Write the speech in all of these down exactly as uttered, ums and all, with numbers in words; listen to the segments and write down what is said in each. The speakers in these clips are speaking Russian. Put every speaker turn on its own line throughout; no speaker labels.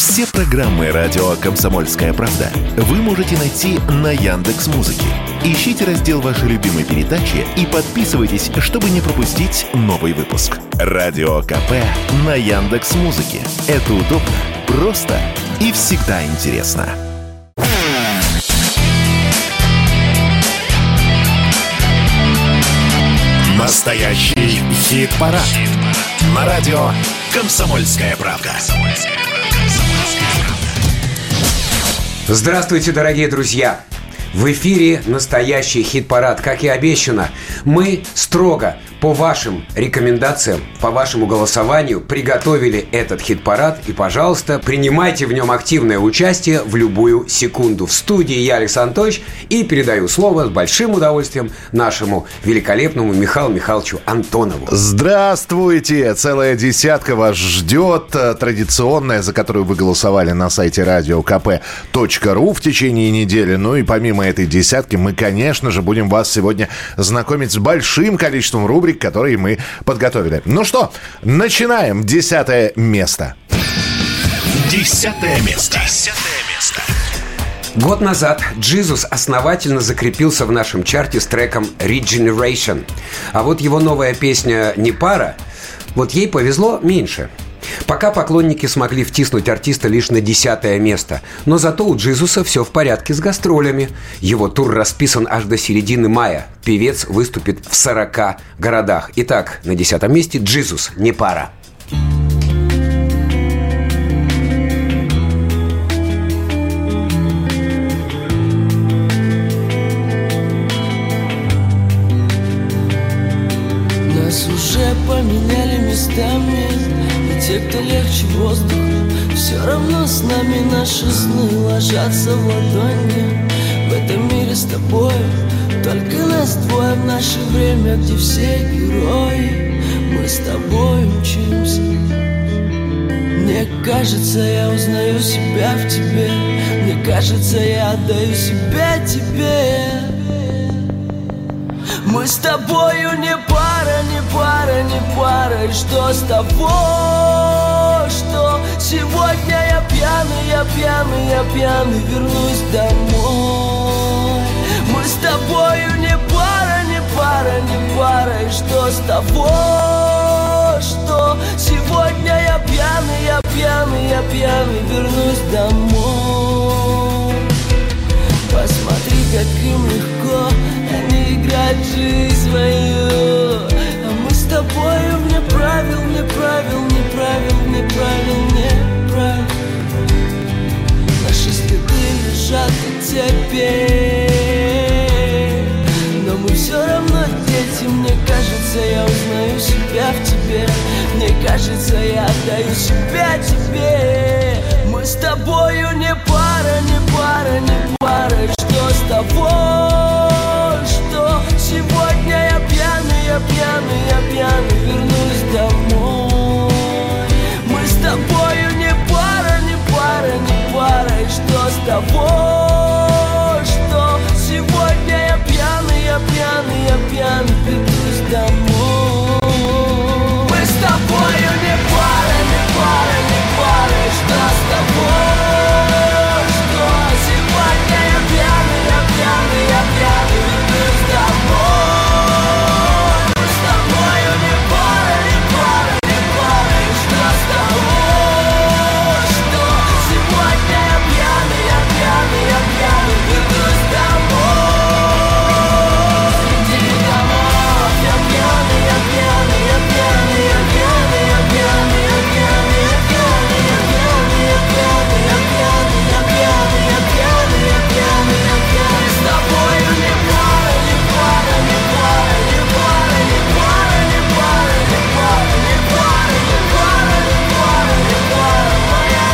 Все программы радио «Комсомольская правда» вы можете найти на Яндекс.Музыке. Ищите раздел вашей любимой передачи и подписывайтесь, чтобы не пропустить новый выпуск. Радио КП на Яндекс.Музыке. Это удобно, просто и всегда интересно. Настоящий хит-парад. Хит-парад. На радио «Комсомольская правда».
Здравствуйте, дорогие друзья! В эфире настоящий хит-парад. Как и обещано, мы строго по вашим рекомендациям, по вашему голосованию приготовили этот хит-парад. И, пожалуйста, принимайте в нем активное участие в любую секунду. В студии я, Александр Анатольевич, и передаю слово с большим удовольствием нашему великолепному Михаилу Михайловичу Антонову.
Здравствуйте! Целая десятка вас ждет. Традиционная, за которую вы голосовали на сайте радио ка пэ точка ру в течение недели. Ну и помимо этой десятки мы, конечно же, будем вас сегодня знакомить с большим количеством рубрик, которые мы подготовили. Ну что, начинаем. Десятое место.
Десятое место. Десятое место.
Год назад Джизус основательно закрепился в нашем чарте с треком «Regeneration». А вот его новая песня «Не пара», вот ей повезло меньше. Пока поклонники смогли втиснуть артиста лишь на десятое место. Но зато у Джизуса все в порядке с гастролями. Его тур расписан аж до середины мая. Певец выступит в сорока городах. Итак, на десятом месте Джизус «Не пара».
Нас уже поменяли местами. Те, кто легче воздуха, все равно с нами наши сны ложатся в ладони. В этом мире с тобой только нас двое. В наше время, где все герои, мы с тобой учимся. Мне кажется, я узнаю себя в тебе. Мне кажется, я отдаю себя тебе. Мы с тобою не пара, не пара, не пара. И что с того, что сегодня я пьяный, я пьяный, я пьяный, вернусь домой. Мы с тобою не пара, не пара, не пара. И что с того, что сегодня я пьяный, я пьяный, я пьяный, вернусь домой. Посмотри, как им легко, они играют жизнь свою. А мы с тобою вне правил, вне правил, вне правил, вне правил, вне правил. Наши следы лежат и теперь, но мы все равно дети. Мне кажется, я узнаю себя в тебе. Мне кажется, я отдаю себя тебе. Мы с тобою не пара, не пара, не пара. И что с того, что сегодня я пьяный, я пьяный, я пьяный, вернусь домой. Мы с тобою не пара, не пара, не пара. И что с того, что сегодня я пьяный, я пьяный, я пьяный, вернусь домой. Мы с тобою не пара, не пара, не пара. И что с тобой, что сегодня я пьяный, я пьяный, я пьяный, вернусь домой. Мы с тобою не пара, не пара, не пара. И что с тобой, что сегодня я пьяный, я пьяный, я пьяный, вернусь домой. Среди домов я пьяный, я пьяный, я пьяный, я пьяный, я пьяный, я пьяный, я пьяный, я пьяный, я пьяный, я пьяный, я пьяный, я пьяный, я пьяный, я пьяный. С тобою не пара, не пара, не пара, не пара, не пара, не пара, не пара, не пара, не пара, не пара, не пара, моя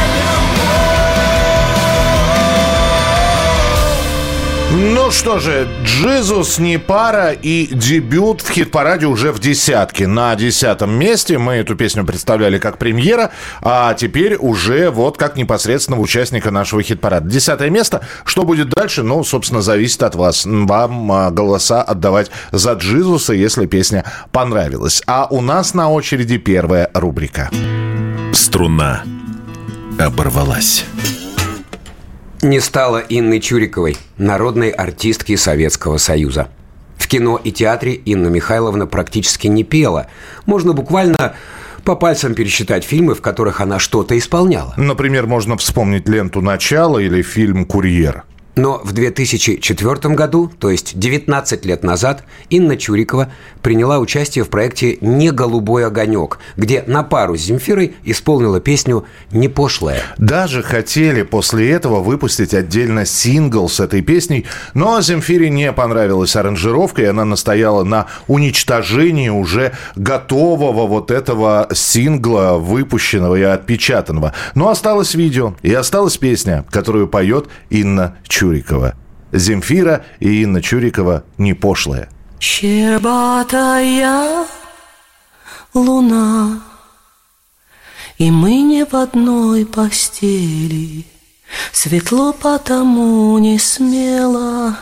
любовь.
Ну что же, Джизус «Не пара» и дебют в хит-параде уже в десятке. На десятом месте мы эту песню представляли как премьера, а теперь уже вот как непосредственного участника нашего хит-парада. Десятое место. Что будет дальше? Ну, собственно, зависит от вас. Вам голоса отдавать за Джизуса, если песня понравилась. А у нас на очереди первая рубрика.
Струна. оборвалась.
Не стало Инны Чуриковой, народной артистки Советского Союза. В кино и театре Инна Михайловна практически не пела. Можно буквально по пальцам пересчитать фильмы, в которых она что-то исполняла.
Например, можно вспомнить ленту «Начало» или фильм «Курьер».
Но в две тысячи четвёртом году, то есть девятнадцать лет назад, Инна Чурикова приняла участие в проекте «Не голубой огонек», где на пару с Земфирой исполнила песню «Не пошлая».
Даже хотели после этого выпустить отдельно сингл с этой песней, но Земфире не понравилась аранжировка, и она настояла на уничтожении уже готового вот этого сингла, выпущенного и отпечатанного. Но осталось видео, и осталась песня, которую поет Инна Чурикова. Чурикова. Земфира и Инна Чурикова «Не пошлая».
Щербатая луна, и мы не в одной постели, светло потому не смело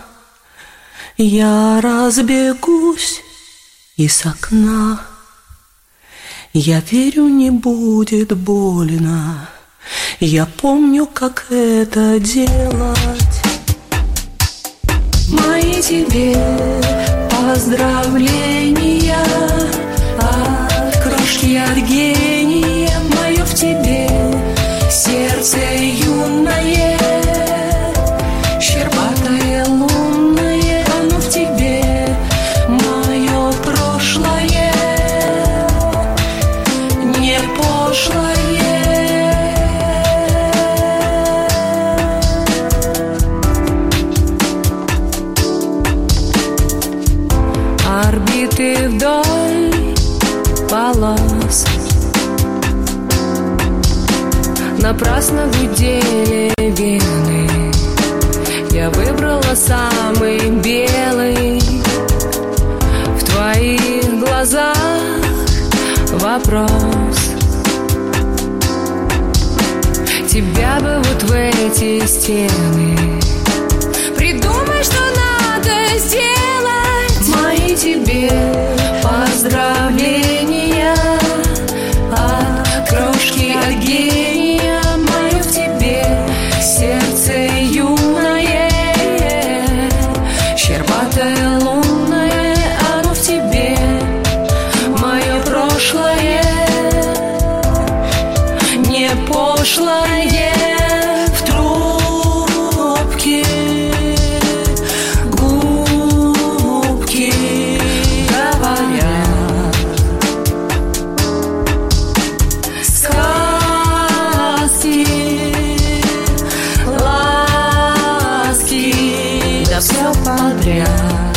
я разбегусь из окна. Я верю, не будет больно, я помню, как это делать. Мои тебе поздравления от крошки, от гения. Мое в тебе сердце юное, щербатое лунное. Оно в тебе мое прошлое, не пошлое. Орбиты вдоль полос напрасно гудели вены. Я выбрала самый белый. В твоих глазах вопрос. Тебя бы вот в эти стены. Придумай, что надо сделать. Мои тебе поздравления от крошки, от гения. Мое в тебе сердце юное, щербатое лунное. Оно в тебе мое прошлое, не пошлое. В трубке все подряд.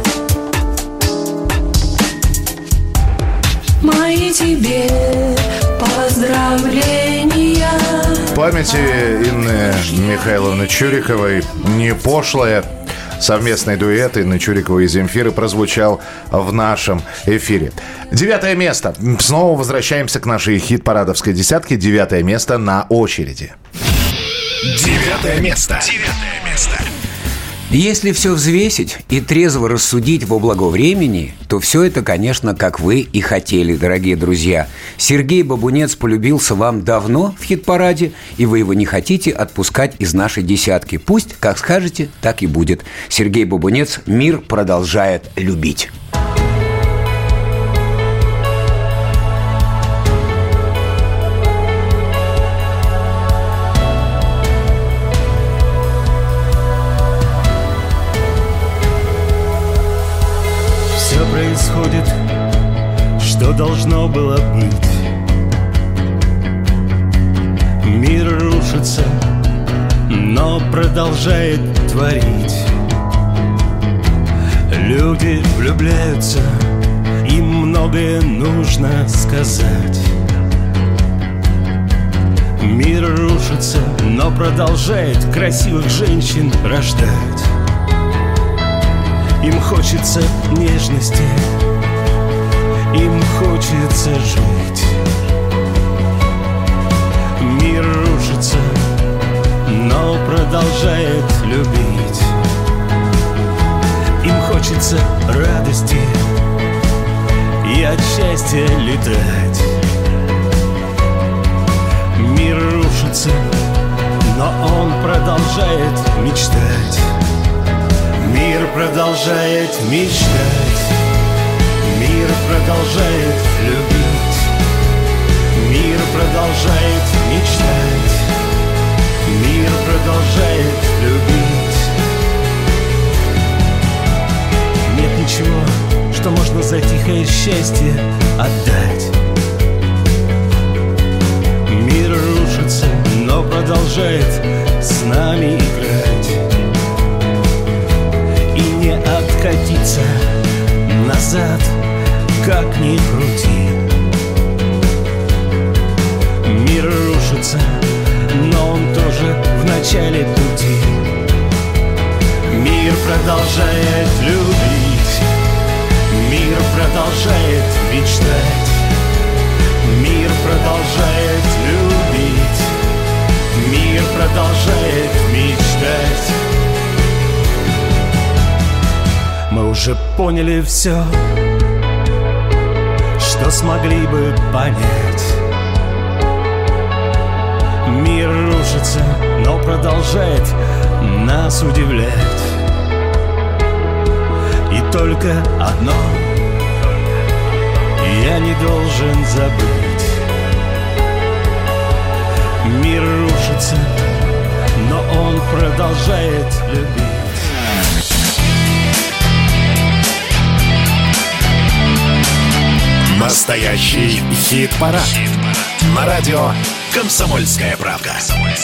Мои тебе поздравления.
В памяти Инны Михайловны Чуриковой «Не пошлая». Совместный дуэт Инны Чуриковой и Земфиры прозвучал в нашем эфире. Девятое место. Снова возвращаемся к нашей хит-парадовской десятке. Девятое место на очереди.
Девятое место. Девятое место.
Если все взвесить и трезво рассудить во благо времени, то все это, конечно, как вы и хотели, дорогие друзья. Сергей Бабунец полюбился вам давно в хит-параде, и вы его не хотите отпускать из нашей десятки. Пусть, как скажете, так и будет. Сергей Бабунец «Мир продолжает любить».
Происходит, что должно было быть. Мир рушится, но продолжает творить. Люди влюбляются, им многое нужно сказать. Мир рушится, но продолжает красивых женщин рождать. Им хочется нежности, им хочется жить. Мир рушится, но продолжает любить. Им хочется радости и от счастья летать. Мир рушится, рушится, но он продолжает мечтать. Мир продолжает мечтать. Мир продолжает любить. Мир продолжает мечтать. Мир продолжает любить. Нет ничего, что можно за тихое счастье отдать. Мир рушится, но продолжает с нами играть. И не откатиться назад, как ни крути. Мир рушится, но он тоже в начале пути. Мир продолжает любить. Мир продолжает мечтать. Мир продолжает любить. Мир продолжает мечтать. Мы уже поняли все, что смогли бы понять. Мир рушится, но продолжает нас удивлять. И только одно я не должен забыть. Мир рушится, но он продолжает любить.
Настоящий хит-парад. На радио «Комсомольская правда».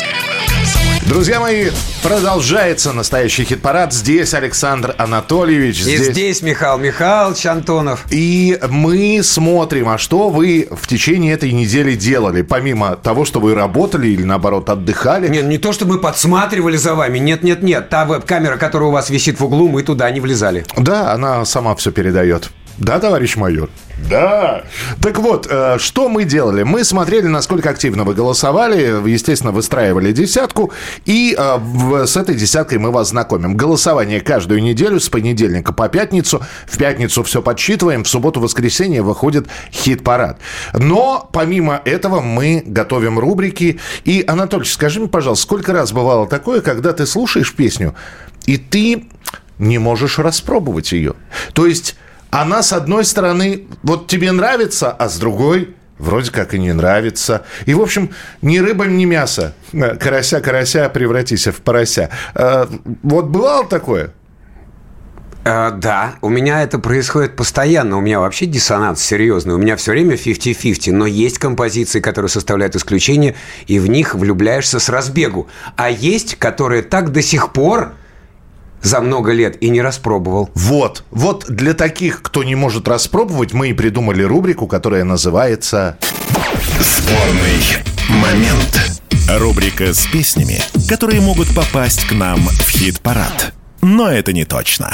Друзья мои, продолжается настоящий хит-парад. Здесь Александр Анатольевич.
И
здесь...
здесь Михаил Михайлович Антонов.
И мы смотрим, а что вы в течение этой недели делали, помимо того, что вы работали или, наоборот, отдыхали.
Нет, не то, что мы подсматривали за вами. Нет-нет-нет. Та веб-камера, которая у вас висит в углу, мы туда не влезали.
Да, она сама все передает. Да, товарищ майор? Да. Так вот, что мы делали? Мы смотрели, насколько активно вы голосовали, естественно, выстраивали десятку, и с этой десяткой мы вас знакомим. Голосование каждую неделю с понедельника по пятницу. В пятницу все подсчитываем, в субботу-воскресенье выходит хит-парад. Но, помимо этого, мы готовим рубрики. И, Анатольевич, скажи мне, пожалуйста, сколько раз бывало такое, когда ты слушаешь песню, и ты не можешь распробовать ее? То есть... Она, с одной стороны, вот тебе нравится, а с другой вроде как и не нравится. И, в общем, ни рыба, ни мясо. Карася, карася, превратись в порося. Вот бывало такое?
Uh, да, у меня это происходит постоянно. У меня вообще диссонанс серьезный. У меня все время пятьдесят на пятьдесят. Но есть композиции, которые составляют исключение, и в них влюбляешься с разбегу. А есть, которые так до сих пор... за много лет и не распробовал.
Вот. Вот для таких, кто не может распробовать, мы и придумали рубрику, которая называется
«Спорный момент». Рубрика с песнями, которые могут попасть к нам в хит-парад. Но это не точно.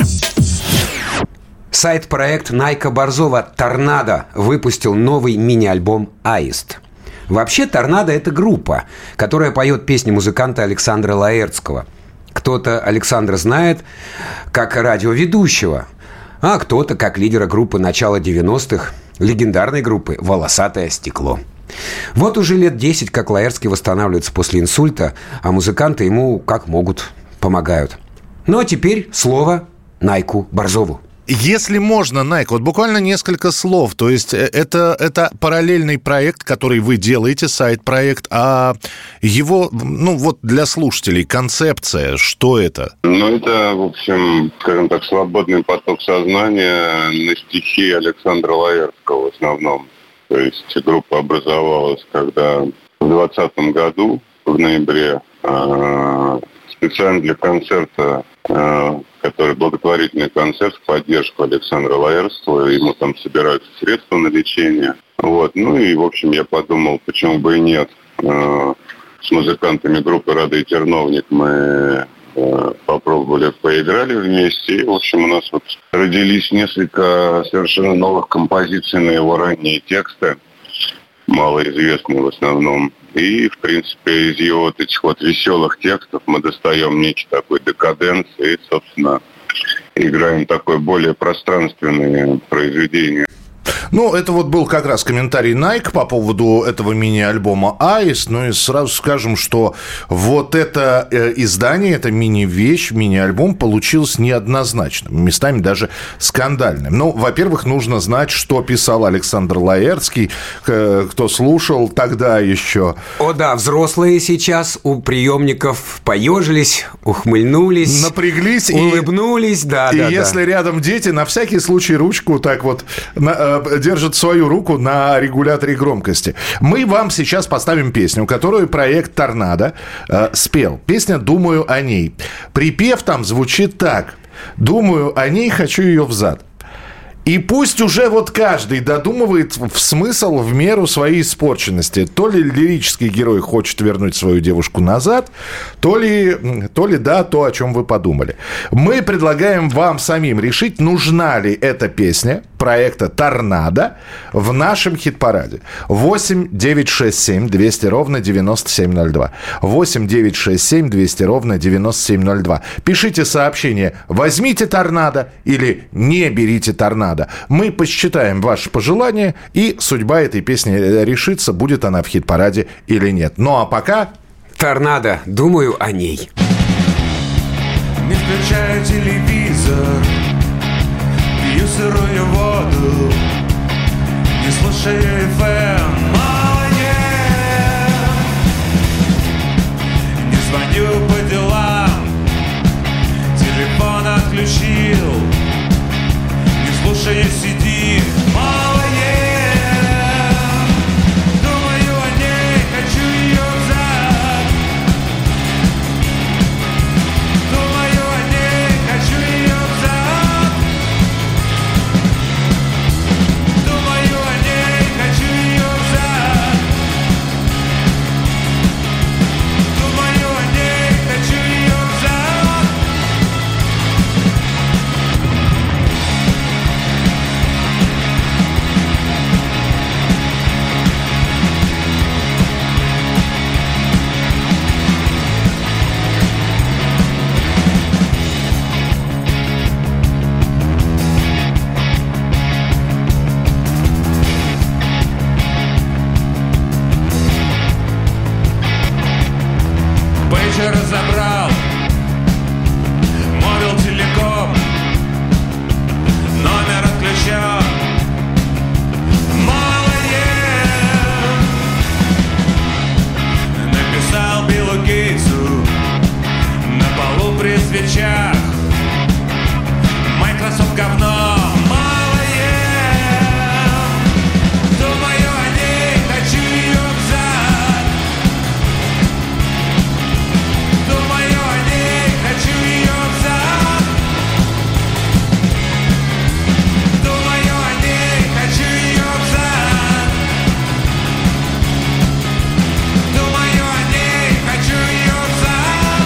Сайт-проект Найка Борзова «Торнадо» выпустил новый мини-альбом «Аист». Вообще, «Торнадо» — это группа, которая поет песни музыканта Александра Лаэртского. Кто-то Александра знает как радиоведущего, а кто-то как лидера группы начала девяностых, легендарной группы «Волосатое стекло». Вот уже лет десять, как Лаэртский восстанавливается после инсульта, а музыканты ему как могут помогают. Ну а теперь слово Найку Борзову.
Если можно, Найк, вот буквально несколько слов. То есть это, это параллельный проект, который вы делаете, сайт-проект, а его, ну вот для слушателей, концепция, что это?
Ну, это, в общем, скажем так, свободный поток сознания на стихи Александра Лаэртского в основном. То есть группа образовалась, когда в двадцатом году, в ноябре, специально для концерта, который благотворительный концерт в поддержку Александра Лаэртского. Ему там собираются средства на лечение. Вот. Ну и, в общем, я подумал, почему бы и нет. С музыкантами группы «Рада и Терновник» мы попробовали, поиграли вместе. И, в общем, у нас вот родились несколько совершенно новых композиций на его ранние тексты, малоизвестные в основном. И, в принципе, из его вот этих вот веселых текстов мы достаем нечто такой декаденс и, собственно, играем такое более пространственное произведение.
Ну, это вот был как раз комментарий Nike по поводу этого мини-альбома «Аист». Ну и сразу скажем, что вот это э, издание, это мини-вещь, мини-альбом получилось неоднозначным, местами даже скандальным. Ну, во-первых, нужно знать, что писал Александр Лаэртский, э, кто слушал тогда еще.
О да, взрослые сейчас у приемников поежились, ухмыльнулись,
напряглись,
улыбнулись,
и,
да,
и
да,
если
да.
рядом дети, на всякий случай ручку так вот на, э, держат свою руку на регуляторе громкости. Мы вам сейчас поставим песню, которую проект «Торнадо» э, спел. Песня «Думаю о ней». Припев там звучит так: «Думаю о ней, хочу ее взад». И пусть уже вот каждый додумывает в смысл в меру своей испорченности. То ли лирический герой хочет вернуть свою девушку назад, то ли, то ли да, то, о чем вы подумали. Мы предлагаем вам самим решить, нужна ли эта песня проекта «Торнадо» в нашем хит-параде. восемь девятьсот шестьдесят семь двести ровно девяносто семь ноль два. восемь девятьсот шестьдесят семь двести ровно девяносто семь ноль два. Пишите сообщение «Возьмите торнадо» или «Не берите торнадо». Мы посчитаем ваши пожелания, и судьба этой песни решится, будет она в хит-параде или нет. Ну а пока...
«Торнадо», думаю о ней.
Не включаю телевизор, пью сырую воду, не слушаю эф эм, oh, yeah. Не звоню по делам, телефон отключил, не слушаю си ди, oh, yeah. Думаю о ней, хочу ее взад. Думаю о ней, хочу ее взад. Думаю о ней, хочу ее взад. Думаю о ней, хочу ее взад. Пейджер разобрал, мобил телеком, номер отключен. Мало ем. Написал Биллу Гейтсу на полу при свечах: Microsoft говно. Мало ем. Думаю о ней, хочу ее взад. Думаю о ней, хочу ее взад. Думаю о ней, хочу ее взад. Думаю о ней, хочу ее взад.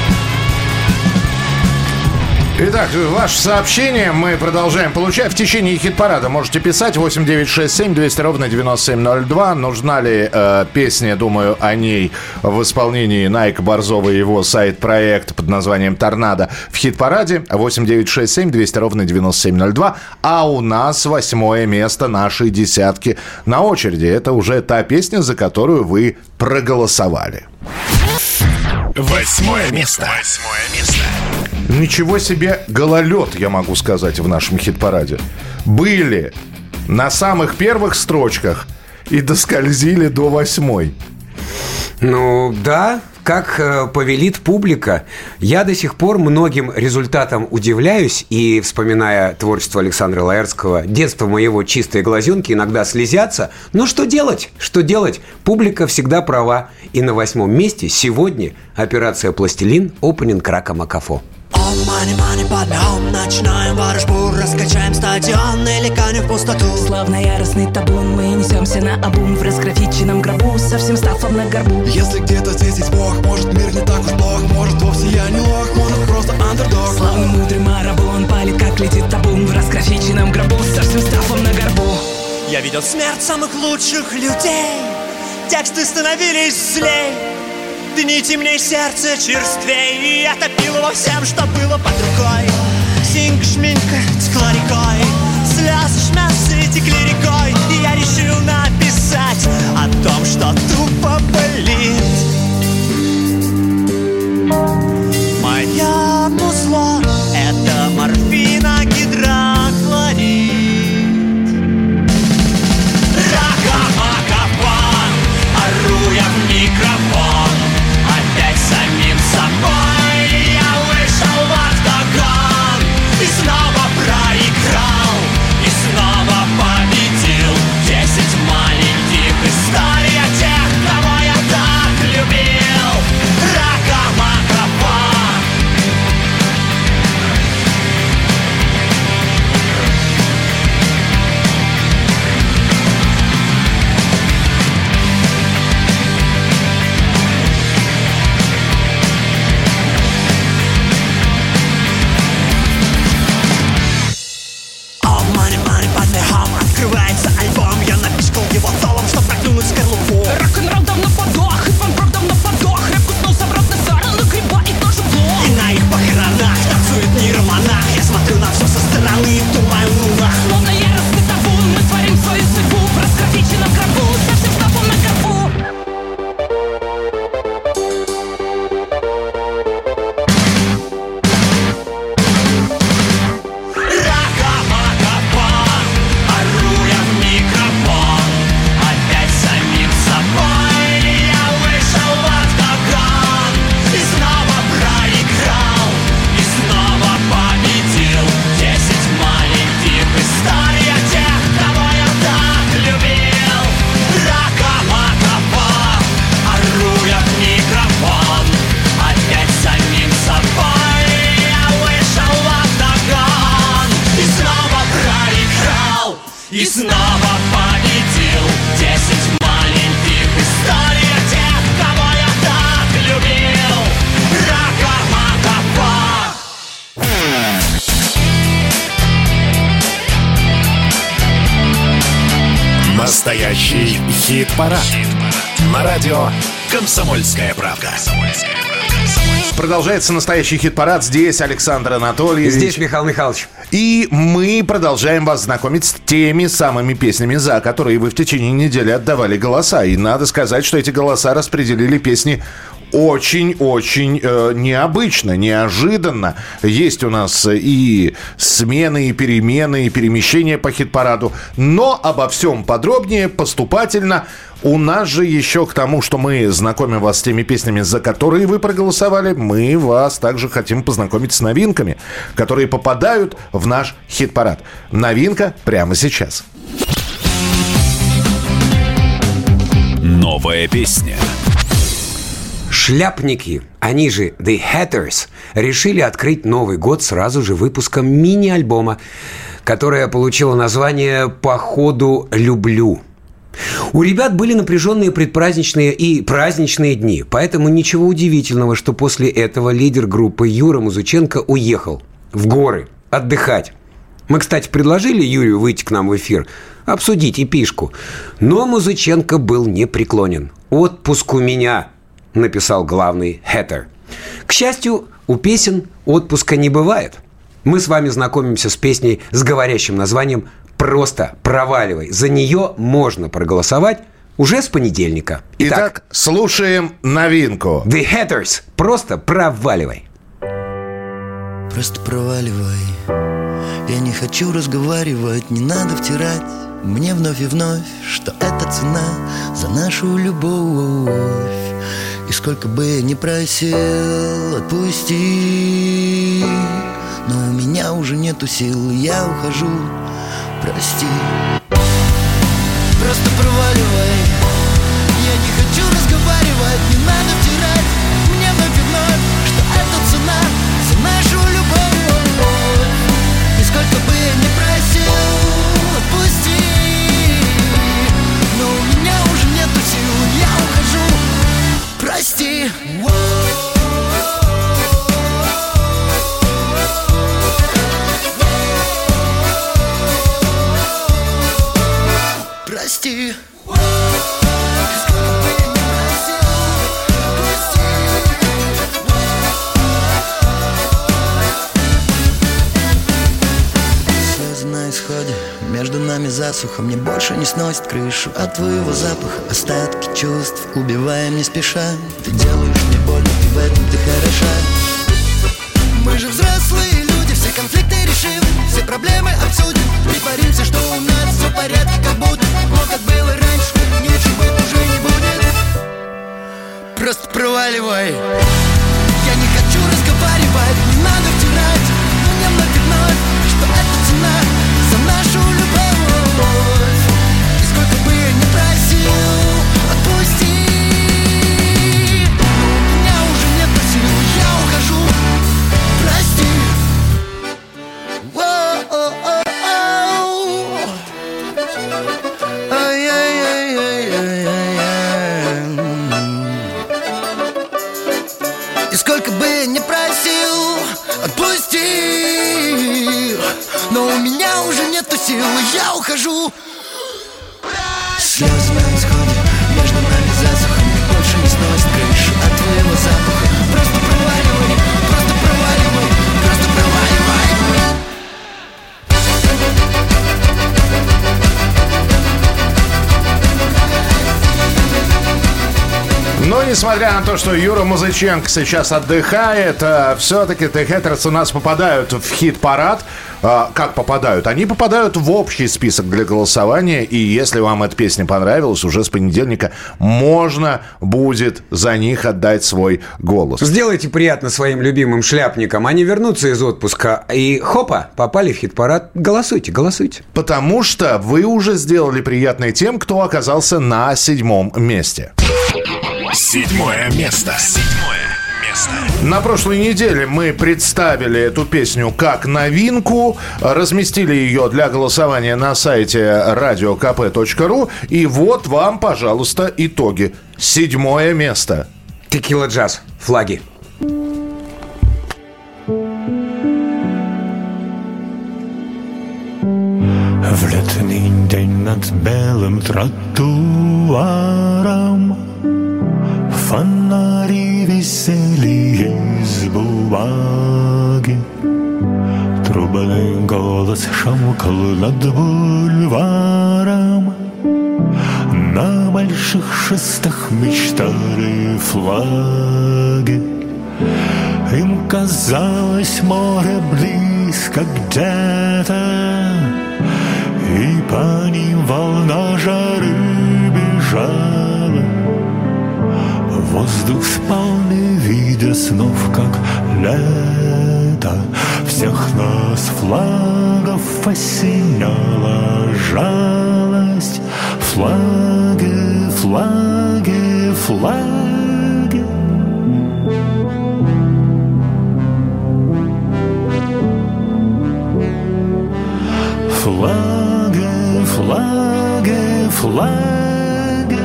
Итак, ваше сообщение мы продолжаем получать. В течение хит-парада можете писать восемь девятьсот шестьдесят семь двести ровно девяносто семь ноль два. Нужна ли э, песня «Думаю о ней» в исполнении Найка Борзова и его сайт-проект под названием «Торнадо» в хит-параде? восемь девятьсот шестьдесят семь двести ровно девяносто семь ноль два. А у нас восьмое место нашей десятки на очереди. Это уже та песня, за которую вы проголосовали.
Восьмое место. Восьмое место.
Ничего себе гололед, я могу сказать, в нашем хит-параде. Были на самых первых строчках и доскользили до восьмой.
Ну да, как э, повелит публика. Я до сих пор многим результатам удивляюсь. И, вспоминая творчество Александра Лаэртского, детство моего чистые глазенки иногда слезятся. Но что делать? Что делать? Публика всегда права. И на восьмом месте сегодня операция «Пластилин», опенинг Рака Макафо.
Ом, мани, мани, подъем, начинаем ворожбу, раскачаем стадион или канем в пустоту.
Словно яростный табун мы несемся на обум в разграфиченном гробу, со всем стафом на горбу.
Если где-то здесь есть Бог, может мир не так уж плох, может вовсе я не лох, может просто андердог.
Славный мудрый марабон палит, как летит табун в разграфиченном гробу, со всем стафом на горбу.
Я видел смерть самых лучших людей, тексты становились злей, дни темней, сердце черствей, и я топил во всем, что было под рукой. Синька, шминка текла рекой, Слезы шмясы текли рекой, и я решил написать о том, что тупо болит. Мое музло — это морфиногидрохлорид. Рака-мака-пан, ору я в микрофон. Опять самим собой я вышел в октагон. И снова проиграл, и снова победил. Десять маленьких историй о тех, кого я так любил. Рака-мака-пан. Открывается альбом, я напичкал его солом, чтоб прокинуть скорлупу.
Рок-н-ролл давно подох, и панк-рок давно подох. Рэп куснулся в разные стороны, гриба и тоже блок.
И на их похоронах танцует нейромонах. Я смотрю на все со стороны и думаю, ну нах.
Словно яростный табун, мы творим свою судьбу в разграфиченном гробу, совсем стопом на горбу.
Рака-мака-пан, ору я в микрофон. Опять самим собой я вышел в октагон. И снова проиграл, и снова победил. Десять маленьких историй о тех, кого я так любил. Рака-мака-пан, ору я в микрофон. Опять самим собой я вышел в октагон. И снова проиграл, и снова победил. Десять маленьких историй о тех, кого я так любил. Рака-мака-пан.
Настоящий хит-парад. На радио «Комсомольская правда».
Продолжается настоящий хит-парад. Здесь Александр Анатольевич.
Здесь Михаил Михайлович.
И мы продолжаем вас знакомить с теми самыми песнями, за которые вы в течение недели отдавали голоса. И надо сказать, что эти голоса распределили песни очень-очень э, необычно, неожиданно. Есть у нас и смены, и перемены, и перемещения по хит-параду. Но обо всем подробнее, поступательно. У нас же еще к тому, что мы знакомим вас с теми песнями, за которые вы проголосовали, мы вас также хотим познакомить с новинками, которые попадают в наш хит-парад. Новинка прямо сейчас.
Новая песня.
Шляпники, они же The Hatters, решили открыть Новый год сразу же выпуском мини-альбома, которое получило название «По ходу люблю». У ребят были напряженные предпраздничные и праздничные дни, поэтому ничего удивительного, что после этого лидер группы Юра Музыченко уехал в горы отдыхать. Мы, кстати, предложили Юрию выйти к нам в эфир, обсудить эпишку, но Музыченко был непреклонен. «Отпуск у меня», — написал главный хэттер. К счастью, у песен отпуска не бывает. Мы с вами знакомимся с песней с говорящим названием «Просто проваливай». За нее можно проголосовать уже с понедельника.
Итак, Итак слушаем новинку.
The Hatters. «Просто проваливай».
Просто проваливай. Я не хочу разговаривать, не надо втирать мне вновь и вновь, что это цена за нашу любовь. И сколько бы я ни просил, отпусти, но у меня уже нету сил, я ухожу, прости. Просто проваливай. Я не хочу разговаривать, не надо втирать мне вновь и вновь, что это цена за нашу любовь. И сколько бы я ни просил, отпусти, но у меня уже нету сил, я ухожу, прости. Прости. засуха, мне больше не сносит крышу от твоего запаха. Остатки чувств убиваем не спеша. Ты делаешь мне больно, и в этом ты хороша. Мы же взрослые люди, все конфликты решим, все проблемы обсудим. Притворимся, что у нас все в порядке, как будто. Но как было раньше, ничего уже не будет. Просто проваливай. Я не хочу разговаривать, не надо втирать. Мне вновь и вновь, что это цена за нашу любовь. И сколько бы я ни просил, отпусти. Но у меня уже нет сил, я ухожу. Прости. И сколько бы я ни просил, отпусти. Но у меня уже нету сил, я ухожу. Слезы на исходе, между нами засуха, мне больше не сносит крышу от твоего запаха. Просто проваливай, просто проваливай, просто проваливай.
Но несмотря на то, что Юра Музыченко сейчас отдыхает, все-таки The Hatters у нас попадают в хит-парад. Как попадают? Они попадают в общий список для голосования. И если вам эта песня понравилась, уже с понедельника можно будет за них отдать свой голос.
Сделайте приятно своим любимым шляпникам. Они вернутся из отпуска и хопа, попали в хит-парад. Голосуйте, голосуйте.
Потому что вы уже сделали приятное тем, кто оказался на седьмом месте.
Седьмое место. Седьмое место.
На прошлой неделе мы представили эту песню как новинку, разместили ее для голосования на сайте радио ка пэ точка ру. И вот вам, пожалуйста, итоги. Седьмое место.
Текила Джаз. Флаги.
В летний день над белым тротуаром фонари висели из бумаги. Трубный голос шамкал над бульваром. На больших шестах мечтали флаги. Им казалось, море близко где-то, и по ним волна жары бежала. Воздух спалный, видя снов, как лето. Всех нас флагов осеняла жалость. Флаги, флаги, флаги. Флаги, флаги, флаги.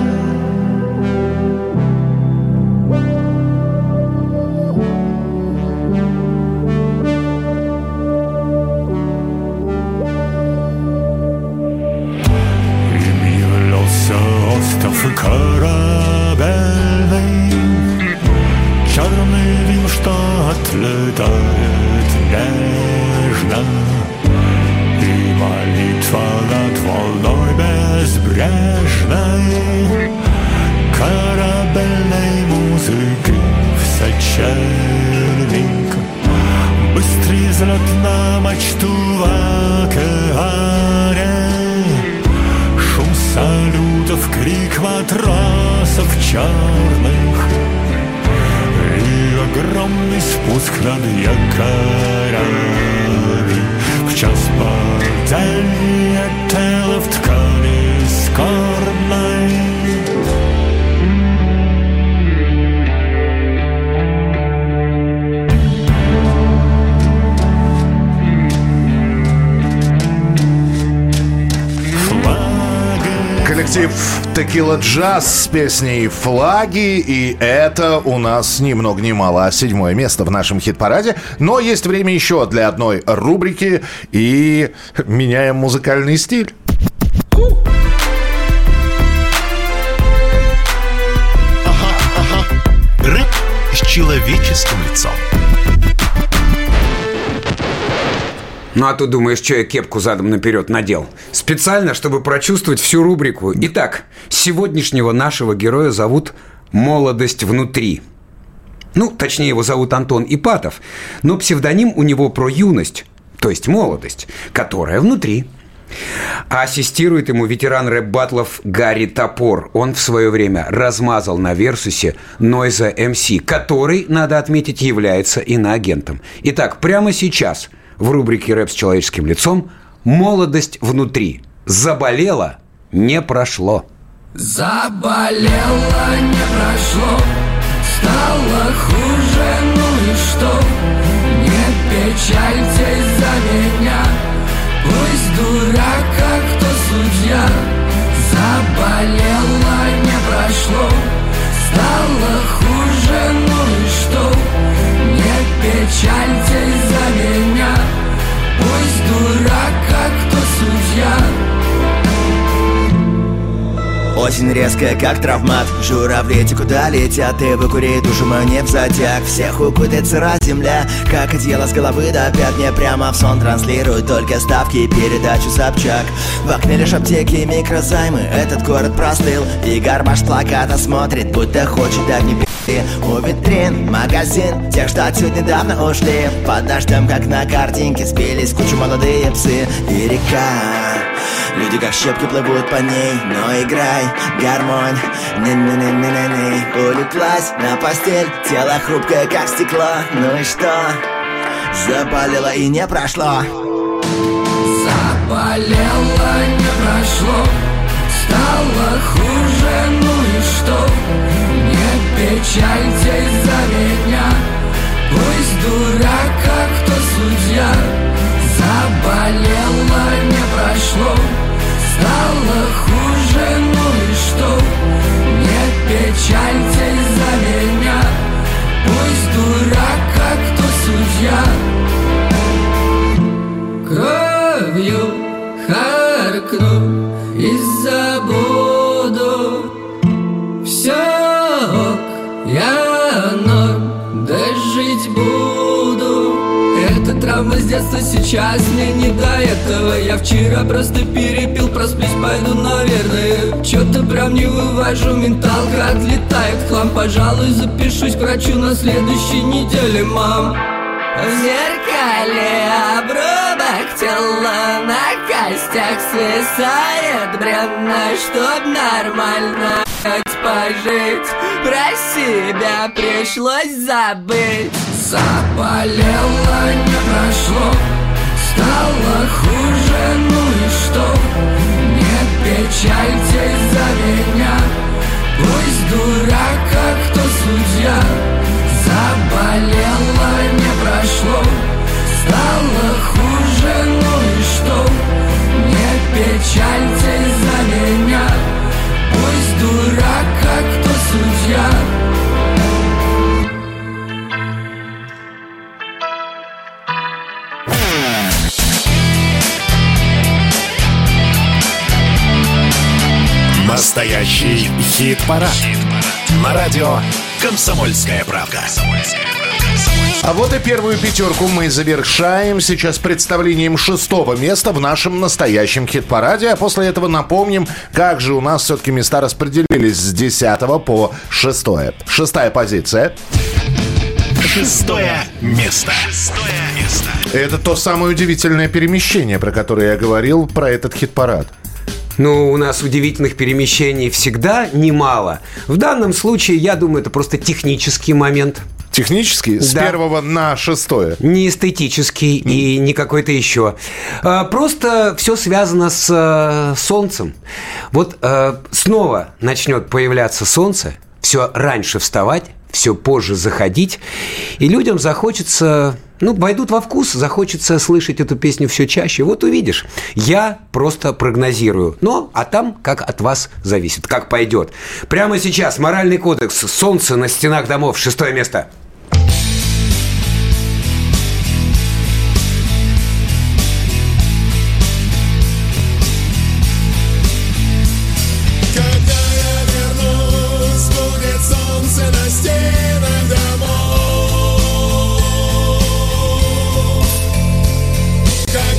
Им являлся остров корабельный, черный дым, что отлетает нежно. Молитва над волной безбрежной, корабельной музыки вся черненько. Быстрый взлет на мачту в океане, шум салютов, крик матросов черных и огромный спуск над якорями. В час борделье тело в ткани скорбной.
Коллектив Текила Джаз с песней «Флаги». И это у нас ни много ни мало седьмое место в нашем хит-параде. Но есть время еще для одной рубрики. И меняем музыкальный стиль.
Ага, ага. Рэп с человеческим лицом.
Ну, а ты думаешь, что я кепку задом наперед надел? Специально, чтобы прочувствовать всю рубрику. Итак, сегодняшнего нашего героя зовут «Молодость внутри». Ну, точнее, его зовут Антон Ипатов, но псевдоним у него про юность, то есть молодость, которая внутри. А ассистирует ему ветеран рэп-баттлов Гарри Топор. Он в свое время размазал на Версусе Нойза эм си, который, надо отметить, является иноагентом. Итак, прямо сейчас в рубрике «Рэп с человеческим лицом» «Молодость внутри». Заболело, не прошло.
Заболело, не прошло, стало хуже, ну и что? Не печальтесь за меня, пусть дурак, как кто судья. Заболело, не прошло, стало хуже, ну и что? Не печальтесь за меня, пусть дурак, как кто судья.
Осень резкая, как травмат. Журавли-те куда летят? И выкури душу мою не взатяг. Всех укутает сыра земля, как одеяло с головы до пят. Мне прямо в сон транслируют только ставки и передачу Собчак. В окне лишь аптеки и микрозаймы. Этот город простыл, и гармаш с плаката смотрит, будто хочет дать мне пи***и. У витрин магазин тех, что отсюда недавно ушли. Под дождем, как на картинке, спелись кучу молодые псы. И река, люди как щепки плывут по ней. Но играй, гармонь, не-не-не-не-не-не. Улеглась на постель, тело хрупкое, как стекло. Ну и что? Заболело и не прошло.
Заболело, не прошло, стало хуже, ну и что? Не печальтесь за меня, пусть дурак, как кто судья. Заболело, не прошло, стало хуже, ну и что? Не печальтесь за меня, пусть дурак, как кто судья. Кровью харкну и забуду. Все ок, я норм, да жить буду. Эта травма с детства сейчас мне не до этого. Я вчера просто перепил, просплюсь, пойду, наверное. Чё-то прям не вывожу, менталка отлетает в хлам. Пожалуй, запишусь к врачу на следующей неделе, мам. В зеркале обрубок тела, на костях свисает бревна. Чтоб нормально пожить, про себя пришлось забыть. Заболело, не прошло, стало хуже, ну и что? Не печальтесь за меня, пусть дурак, как кто судья. Заболело, не прошло, стало хуже, ну и что? Не печальтесь за меня, пусть дурак, как кто судья.
Настоящий хит-парад. Хит-парад. На радио «Комсомольская правда».
А вот и первую пятерку мы завершаем сейчас представлением шестого места в нашем настоящем хит-параде. А после этого напомним, как же у нас все-таки места распределились с десятого по шестое. Шестая позиция.
Шестое место. Шестое место.
Это то самое удивительное перемещение, про которое я говорил, про этот хит-парад.
Ну, у нас удивительных перемещений всегда немало. В данном случае, я думаю, это просто технический момент.
Технический? С да. первого на шестое?
Не эстетический mm. и не какой-то еще. А, просто все связано с а, солнцем. Вот а, снова начнет появляться солнце, все раньше вставать, все позже заходить, и людям захочется, ну, войдут во вкус, захочется слышать эту песню все чаще. Вот увидишь. Я просто прогнозирую. Но, а там как от вас зависит, как пойдет. Прямо сейчас моральный кодекс. Солнце на стенах домов. Шестое место.
Когда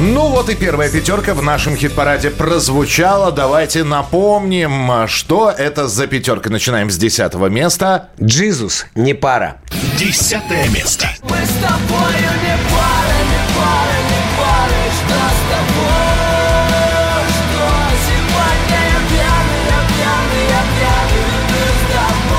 Ну вот и первая пятерка в нашем хит-параде прозвучала. Давайте напомним, что это за пятерка. Начинаем с десятого места.
Джизус, не пара.
Десятое место.
Мы с тобою не пара, не пара, не пара. Что с тобой? Что сегодня я пьяный, я пьяный, я пьяный, мы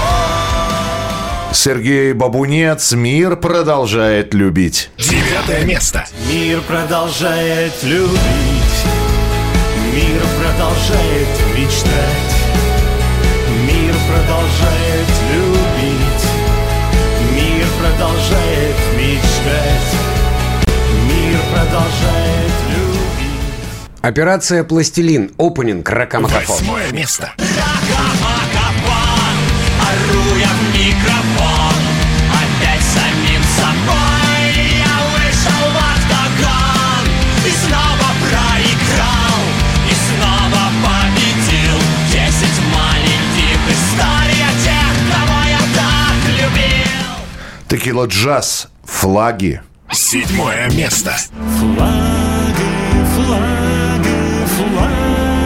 с тобой.
Сергей Бабунец. Мир продолжает любить.
Девятое место.
Мир продолжает любить, мир продолжает мечтать, мир продолжает любить, мир продолжает мечтать, мир продолжает любить.
Операция «Пластилин». Опенинг «Ракамакафон».
Восьмое место.
Ракамакафон, ору я в микрофон, опять самим собой я вышел в октагон и снова проиграл, и снова победил. Десять маленьких историй о тех, кого я так любил.
Текила Джаз. Флаги.
Седьмое место.
Флаги, флаги, флаги.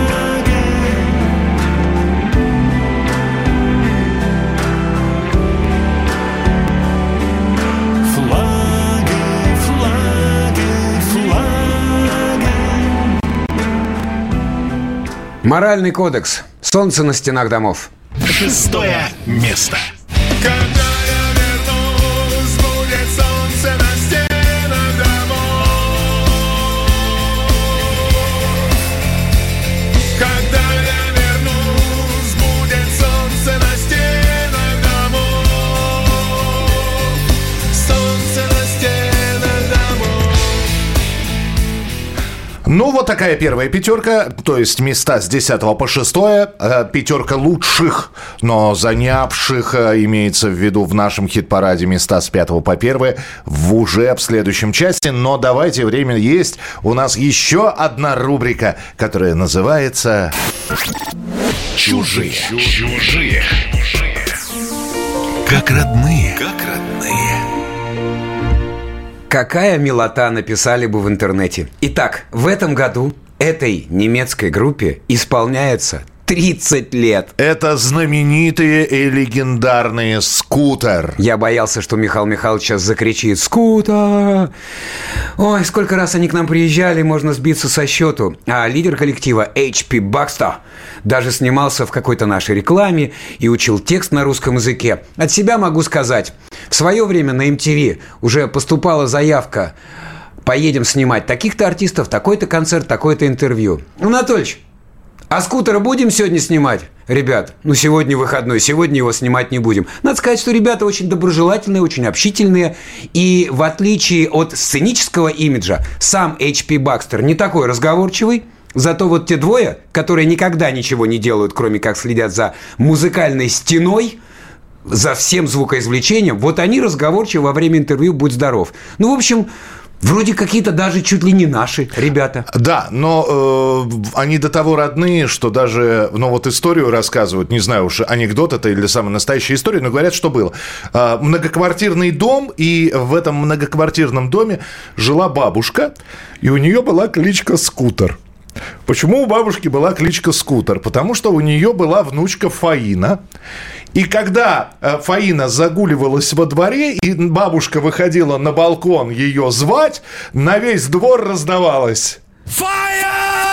Флаги, флаги, флаги.
Моральный кодекс. Солнце на стенах домов.
Шестое место.
Когда я вернусь, будет солнце на стенах домов. Когда я вернусь, будет солнце на стенах домов. Солнце на стенах домов.
Ну, вот такая первая пятерка, то есть места с десятого по шестое. Э, пятерка лучших, но занявших, э, имеется в виду в нашем хит-параде, места с пятого по первое в уже в следующем части. Но давайте, время есть. У нас еще одна рубрика, которая называется...
Чужие. Чужие. Как родные. Как родные.
Какая милота, написали бы в интернете. Итак, в этом году этой немецкой группе исполняется тридцать лет.
Это знаменитые и легендарные «Скутер».
Я боялся, что Михаил Михайлович сейчас закричит «Скутер!». Ой, сколько раз они к нам приезжали, можно сбиться со счету. А лидер коллектива эйч пи Baxter даже снимался в какой-то нашей рекламе и учил текст на русском языке. От себя могу сказать, в свое время на эм ти ви уже поступала заявка: поедем снимать таких-то артистов, такой-то концерт, такое-то интервью. Анатольевич, а «Скутера» будем сегодня снимать? Ребят, ну сегодня выходной, сегодня его снимать не будем. Надо сказать, что ребята очень доброжелательные, очень общительные. И в отличие от сценического имиджа, сам эйч пи Baxter не такой разговорчивый. Зато вот те двое, которые никогда ничего не делают, кроме как следят за музыкальной стеной, за всем звукоизвлечением, вот они разговорчивы во время интервью, будь здоров. Ну, в общем... Вроде какие-то даже чуть ли не наши ребята.
Да, но э, они до того родные, что даже, ну вот историю рассказывают, не знаю уж, анекдот это или самая настоящая история, но говорят, что было. Э, многоквартирный дом, и в этом многоквартирном доме жила бабушка, и у нее была кличка Скутер. Почему у бабушки была кличка Скутер? Потому что у нее была внучка Фаина. И когда Фаина загуливалась во дворе, и бабушка выходила на балкон ее звать, на весь двор раздавалось «Фая!».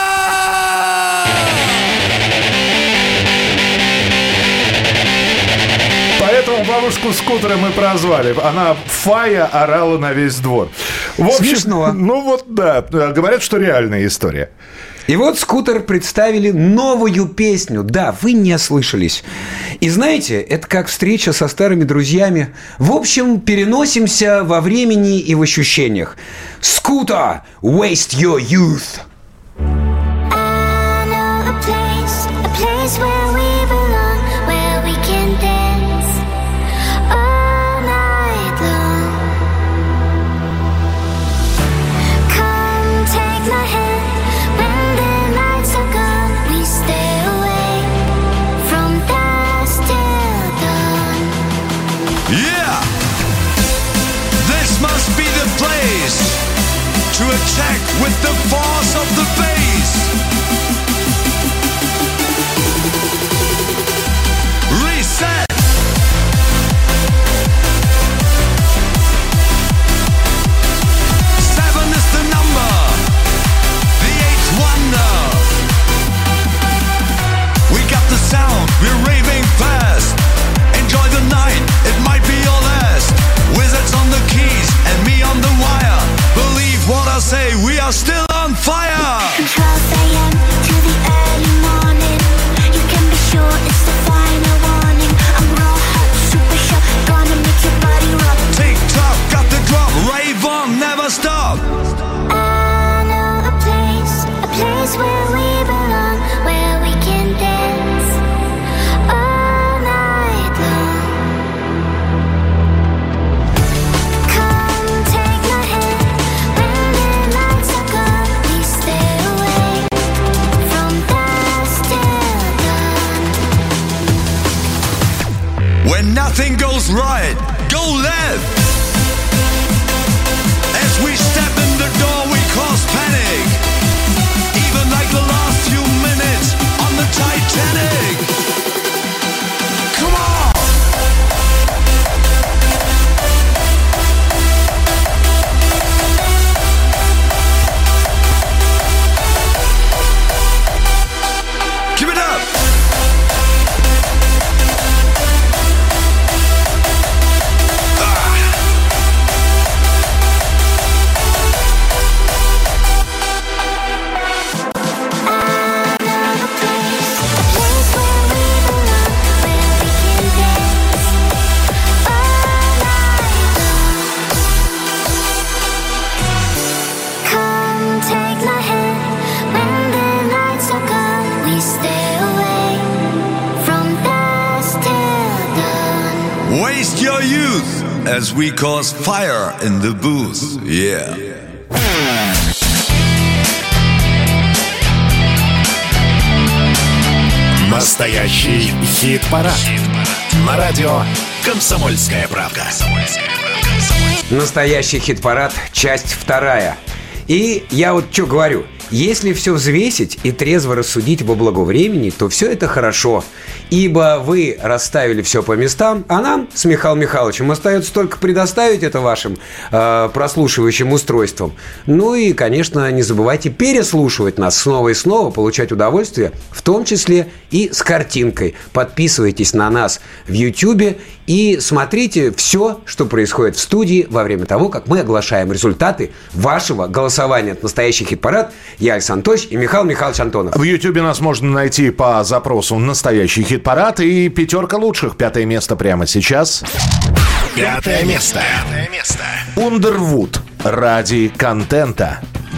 Поэтому бабушку Скутером и прозвали. Она Фая орала на весь двор. В общем,
смешно.
Ну вот да, говорят, что реальная история.
И вот «Скутер» представили новую песню. Да, вы не ослышались. И знаете, это как встреча со старыми друзьями. В общем, переносимся во времени и в ощущениях. «Скутер, waste your youth».
I know a place, a place where we belong, where we can dance all night long. Come take my hand when the lights are gone. We stay away from dusk till dawn.
Yeah! This must be the place to to attack with the force of the bass. Reset. Seven is the number, the eighth wonder. We got the sound, we're raving fast. Enjoy the night, it might be your last. Wizards on the keys and me on the wire. Believe what I say, we are still on fire.
twelve a.m. to the early morning. You can be sure it's the final warning. I'm raw, hot, super sharp, gonna make your body rock.
Tick tock, got the drop, rave on, never stop.
I know a place, a place where we belong, where we can dance all night long. Come take my hand, when the lights are gone, we stay away from dusk till dawn.
When nothing goes right, go left. As we step in the door, we cause panic. Even like the last few minutes on the Titanic. Come on! Give it up! Waste your youth as we cause fire in the booth. Yeah.
Настоящий хит-парад. На радио «Комсомольская правда».
Настоящий хит-парад, часть вторая. И я вот что говорю. Если все взвесить и трезво рассудить во благо времени, то все это хорошо. Ибо вы расставили все по местам, а нам с Михаилом Михайловичем остается только предоставить это вашим э, прослушивающим устройствам. Ну и, конечно, не забывайте переслушивать нас снова и снова, получать удовольствие, в том числе и с картинкой. Подписывайтесь на нас в Ютьюбе и смотрите все, что происходит в студии во время того, как мы оглашаем результаты вашего голосования от «Настоящий хит-парад». Я Александр Анатольевич и Михаил Михайлович Антонов.
В Ютьюбе нас можно найти по запросу «Настоящий хит-парад» и пятерка лучших. Пятое место прямо сейчас.
Пятое место. Пятое место.
Underwood. Ради контента.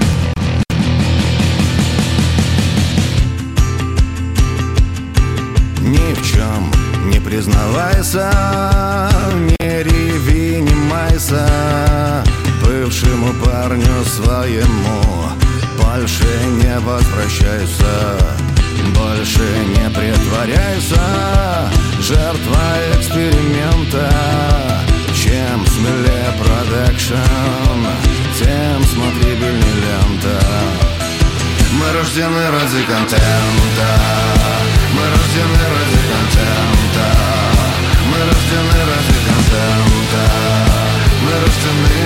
Ни в чем не признавайся, не реви, не майся. Бывшему парню своему больше не возвращайся, больше не притворяйся. Жертва эксперимента. Чем смелее продакшн, тем смотрибельней лента. Мы рождены ради контента. Мы рождены ради контента. Мы рождены ради контента. Мы рождены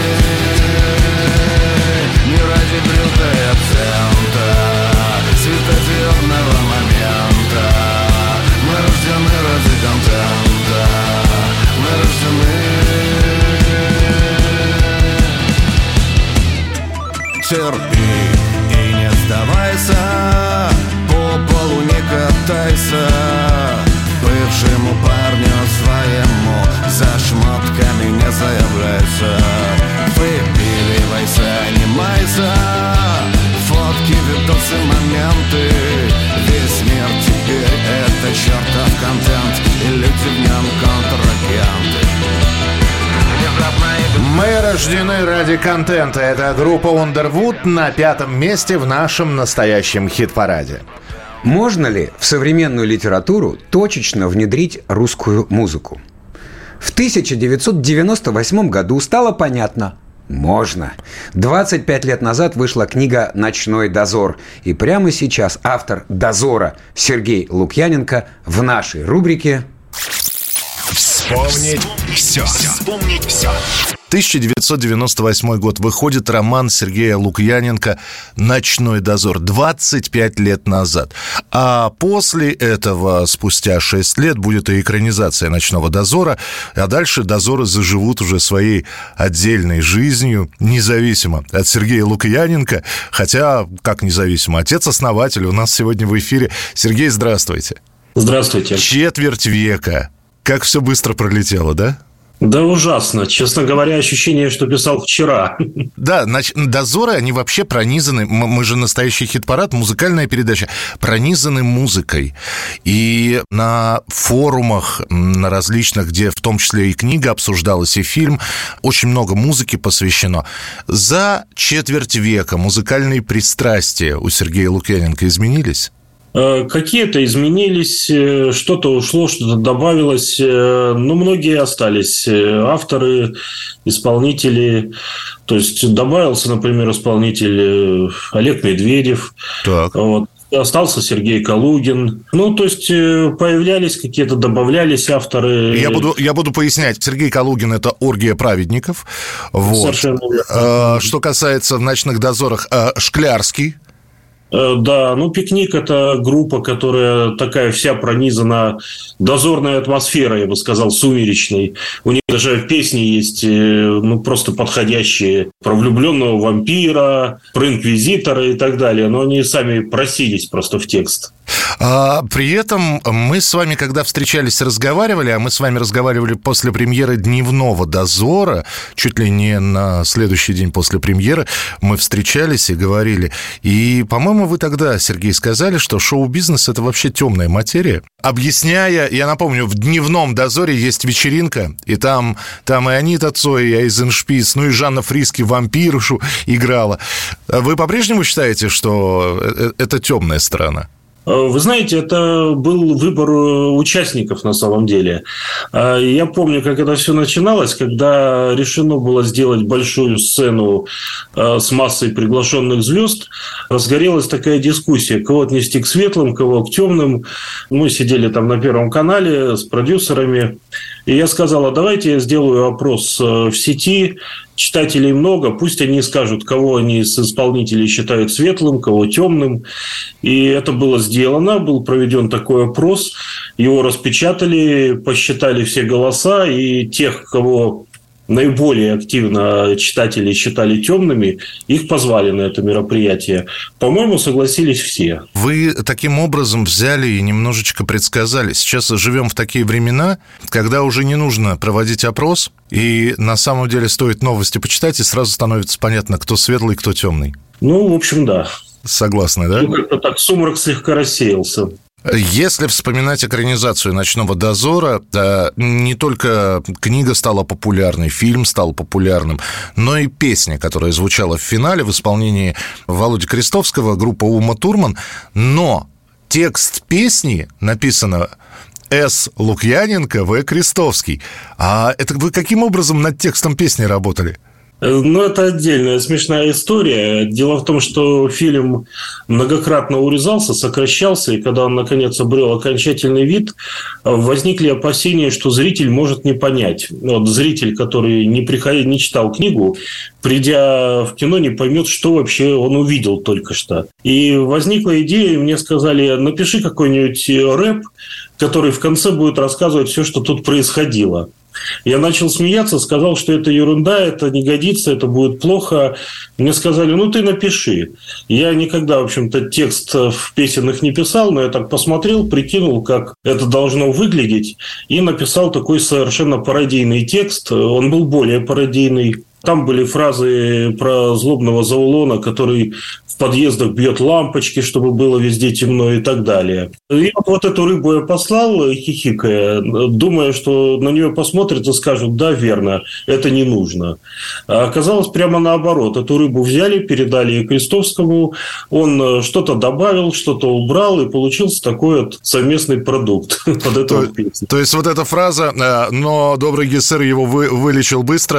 не ради брюка и акцента, светодиодного момента. Мы рождены ради контента. Мы рождены. Терпи и не сдавайся, по полу не катайся. Бывшему парню своему за шмотками не заявляйся. Выпиливайся, не майся. Фотки, видосы, моменты. Весь мир теперь это чертов контент, и люди в нем контрагенты.
Мы рождены ради контента. Это группа Underwood на пятом месте в нашем настоящем хит-параде.
Можно ли в современную литературу точечно внедрить русскую музыку? В тысяча девятьсот девяносто восьмом году стало понятно, Можно. двадцать пять лет назад вышла книга «Ночной дозор». И прямо сейчас автор «Дозора» Сергей Лукьяненко в нашей рубрике
Вспомнить все. Вспомнить все.
тысяча девятьсот девяносто восьмой год. Выходит роман Сергея Лукьяненко «Ночной дозор». двадцать пять лет назад. А после этого, спустя шесть лет, будет и экранизация «Ночного дозора». А дальше дозоры заживут уже своей отдельной жизнью, независимо от Сергея Лукьяненко. Хотя, как независимо, отец-основатель у нас сегодня в эфире. Сергей, здравствуйте.
Здравствуйте.
Четверть века. Как все быстро пролетело, да?
Да ужасно. Честно говоря, ощущение, что писал вчера.
Да, значит, дозоры, они вообще пронизаны, мы же настоящий хит-парад, музыкальная передача, пронизаны музыкой. И на форумах, на различных, где в том числе и книга обсуждалась, и фильм, очень много музыки посвящено. За четверть века музыкальные пристрастия у Сергея Лукьяненко изменились?
Какие-то изменились, что-то ушло, что-то добавилось, но многие остались. Авторы, исполнители. То есть добавился, например, исполнитель Олег Медведев.
Так.
Вот. Остался Сергей Калугин. Ну, то есть появлялись какие-то, добавлялись авторы.
Я буду, я буду пояснять. Сергей Калугин – это «Оргия праведников». Вот. Совершенно верно. Что касается в «Ночных дозорах», Шклярский.
Да, ну «Пикник» – это группа, которая такая вся пронизана дозорной атмосферой, я бы сказал, сумеречной. У них даже песни есть, ну, просто подходящие про влюбленного вампира, про инквизитора и так далее. Но они сами просились просто в текст.
А, при этом мы с вами, когда встречались, разговаривали, а мы с вами разговаривали после премьеры «Дневного дозора», чуть ли не на следующий день после премьеры, мы встречались и говорили. И, по-моему, вы тогда, Сергей, сказали, что шоу-бизнес – это вообще темная материя. Объясняя, я напомню, в «Дневном дозоре» есть вечеринка, и там, там и Анита Цой, и Айзеншпис, ну и Жанна Фриске вампиршу играла. Вы по-прежнему считаете, что это темная сторона?
Вы знаете, это был выбор участников на самом деле. Я помню, как это все начиналось, когда решено было сделать большую сцену с массой приглашенных звезд. Разгорелась такая дискуссия, кого отнести к светлым, кого к темным. Мы сидели там на Первом канале с продюсерами. И я сказал, а давайте я сделаю опрос в сети. Читателей много, пусть они скажут, кого они из исполнителей считают светлым, кого темным. И это было сделано, был проведен такой опрос, его распечатали, посчитали все голоса, и тех, кого наиболее активно читатели считали темными, их позвали на это мероприятие. По-моему, согласились все.
Вы таким образом взяли и немножечко предсказали. Сейчас живем в такие времена, когда уже не нужно проводить опрос, и на самом деле стоит новости почитать, и сразу становится понятно, кто светлый, кто темный.
Ну, в общем, да.
Согласны, да?
Ну, как-то так сумрак слегка рассеялся.
Если вспоминать экранизацию «Ночного дозора», не только книга стала популярной, фильм стал популярным, но и песня, которая звучала в финале в исполнении Володи Крестовского, группа Ума Турман. Но текст песни написано С. Лукьяненко, В. Крестовский. А это вы каким образом над текстом песни работали?
Ну, это отдельная смешная история. Дело в том, что фильм многократно урезался, сокращался, и когда он, наконец, обрел окончательный вид, возникли опасения, что зритель может не понять. Вот зритель, который не, приходил, не читал книгу, придя в кино, не поймет, что вообще он увидел только что. И возникла идея, и мне сказали, напиши какой-нибудь рэп, который в конце будет рассказывать все, что тут происходило. Я начал смеяться, сказал, что это ерунда, это не годится, это будет плохо. Мне сказали, ну, ты напиши. Я никогда, в общем-то, текст в песенных не писал, но я так посмотрел, прикинул, как это должно выглядеть, и написал такой совершенно пародийный текст. Он был более пародийный. Там были фразы про злобного Заулона, который в подъездах бьет лампочки, чтобы было везде темно и так далее. И вот эту рыбу я послал, хихикая, думая, что на нее посмотрят и скажут, да, верно, это не нужно. А оказалось прямо наоборот. Эту рыбу взяли, передали Крестовскому, он что-то добавил, что-то убрал, и получился такой вот совместный продукт под эту песню.
То есть вот эта фраза, но добрый Гессер его вы, вылечил быстро,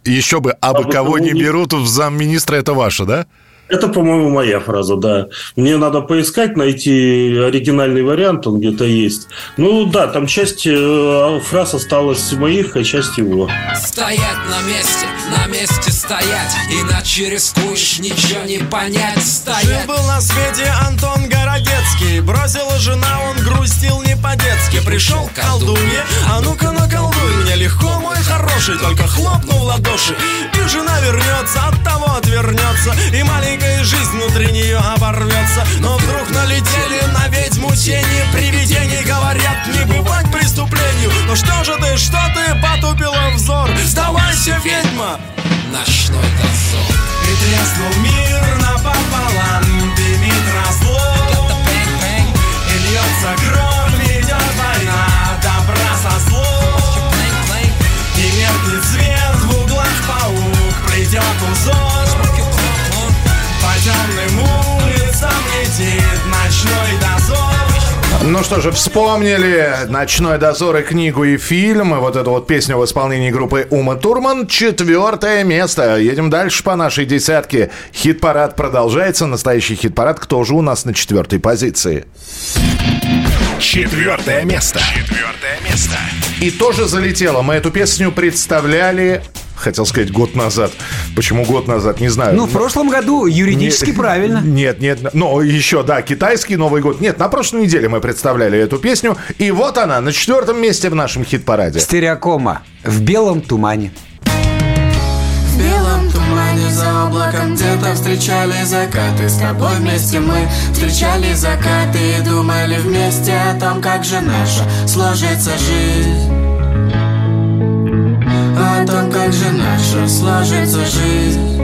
Еще бы, абы кого не берут в замминистра, это ваше, да?
Это, по-моему, моя фраза, да. Мне надо поискать, найти оригинальный вариант, он где-то есть. Ну да, там часть э, фраз осталась моих, а часть его.
Стоять на месте, на месте стоять, иначе рискуешь ничего не понять. Стоять.
Жил был на свете Антон Городецкий, бросила жена, он грустил не по-детски. Пришел к колдунье, а ну-ка наколдуй меня легко, мой хороший, только хлопнул в ладоши, и жена вернется, от того отвернется, и маленькая жизнь внутри нее оборвется. Но вдруг налетели на ведьму тени, привидения говорят, не бывать преступлению. Ну что же ты, что ты, потупила взор? Сдавайся, ведьма!
Ночной дозор.
И треснул мир напополам, дымит разлом, и льется кровь, идет война, добра со злом. И меркнет свет в углах паук, придет узор, по темным улицам летит ночной дозор.
Ну что же, вспомнили «Ночной дозор» и книгу, и фильм. И вот эту вот песню в исполнении группы Ума Турман. Четвертое место. Едем дальше по нашей десятке. Хит-парад продолжается. Настоящий хит-парад. Кто же у нас на четвертой позиции?
Четвертое место.
Четвертое место. И тоже залетело. Мы эту песню представляли... Хотел сказать, год назад. Почему год назад, не знаю.
Ну, в прошлом году юридически
нет,
правильно.
Нет, нет. Ну, еще, да, китайский Новый год. Нет, на прошлой неделе мы представляли эту песню. И вот она, на четвертом месте в нашем хит-параде.
Стереокома. В белом тумане.
В белом тумане за облаком где-то встречали закаты. С тобой вместе мы встречали закаты и думали вместе о том, как же наша сложится жизнь. О том, как же наша сложится жизнь.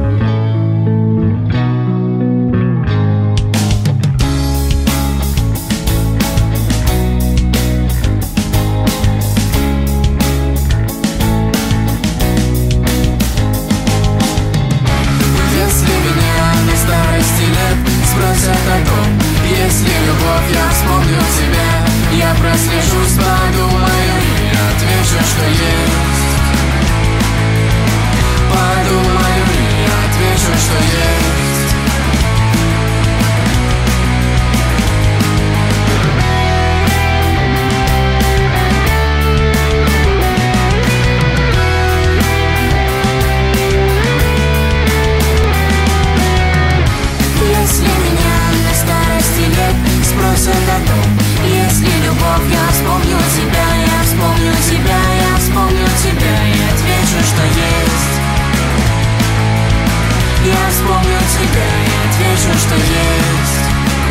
Если меня на старости лет спросят о том, есть ли любовь, я вспомню тебя. Я прослежусь, подумаю и отвечу, что есть. Подумаю и отвечу, что есть. Если меня на старости лет спросят о том, есть ли любовь, я вспомню тебя, я вспомню тебя, я вспомню тебя и отвечу, что есть. Я вспомню тебя и отвечу, что есть.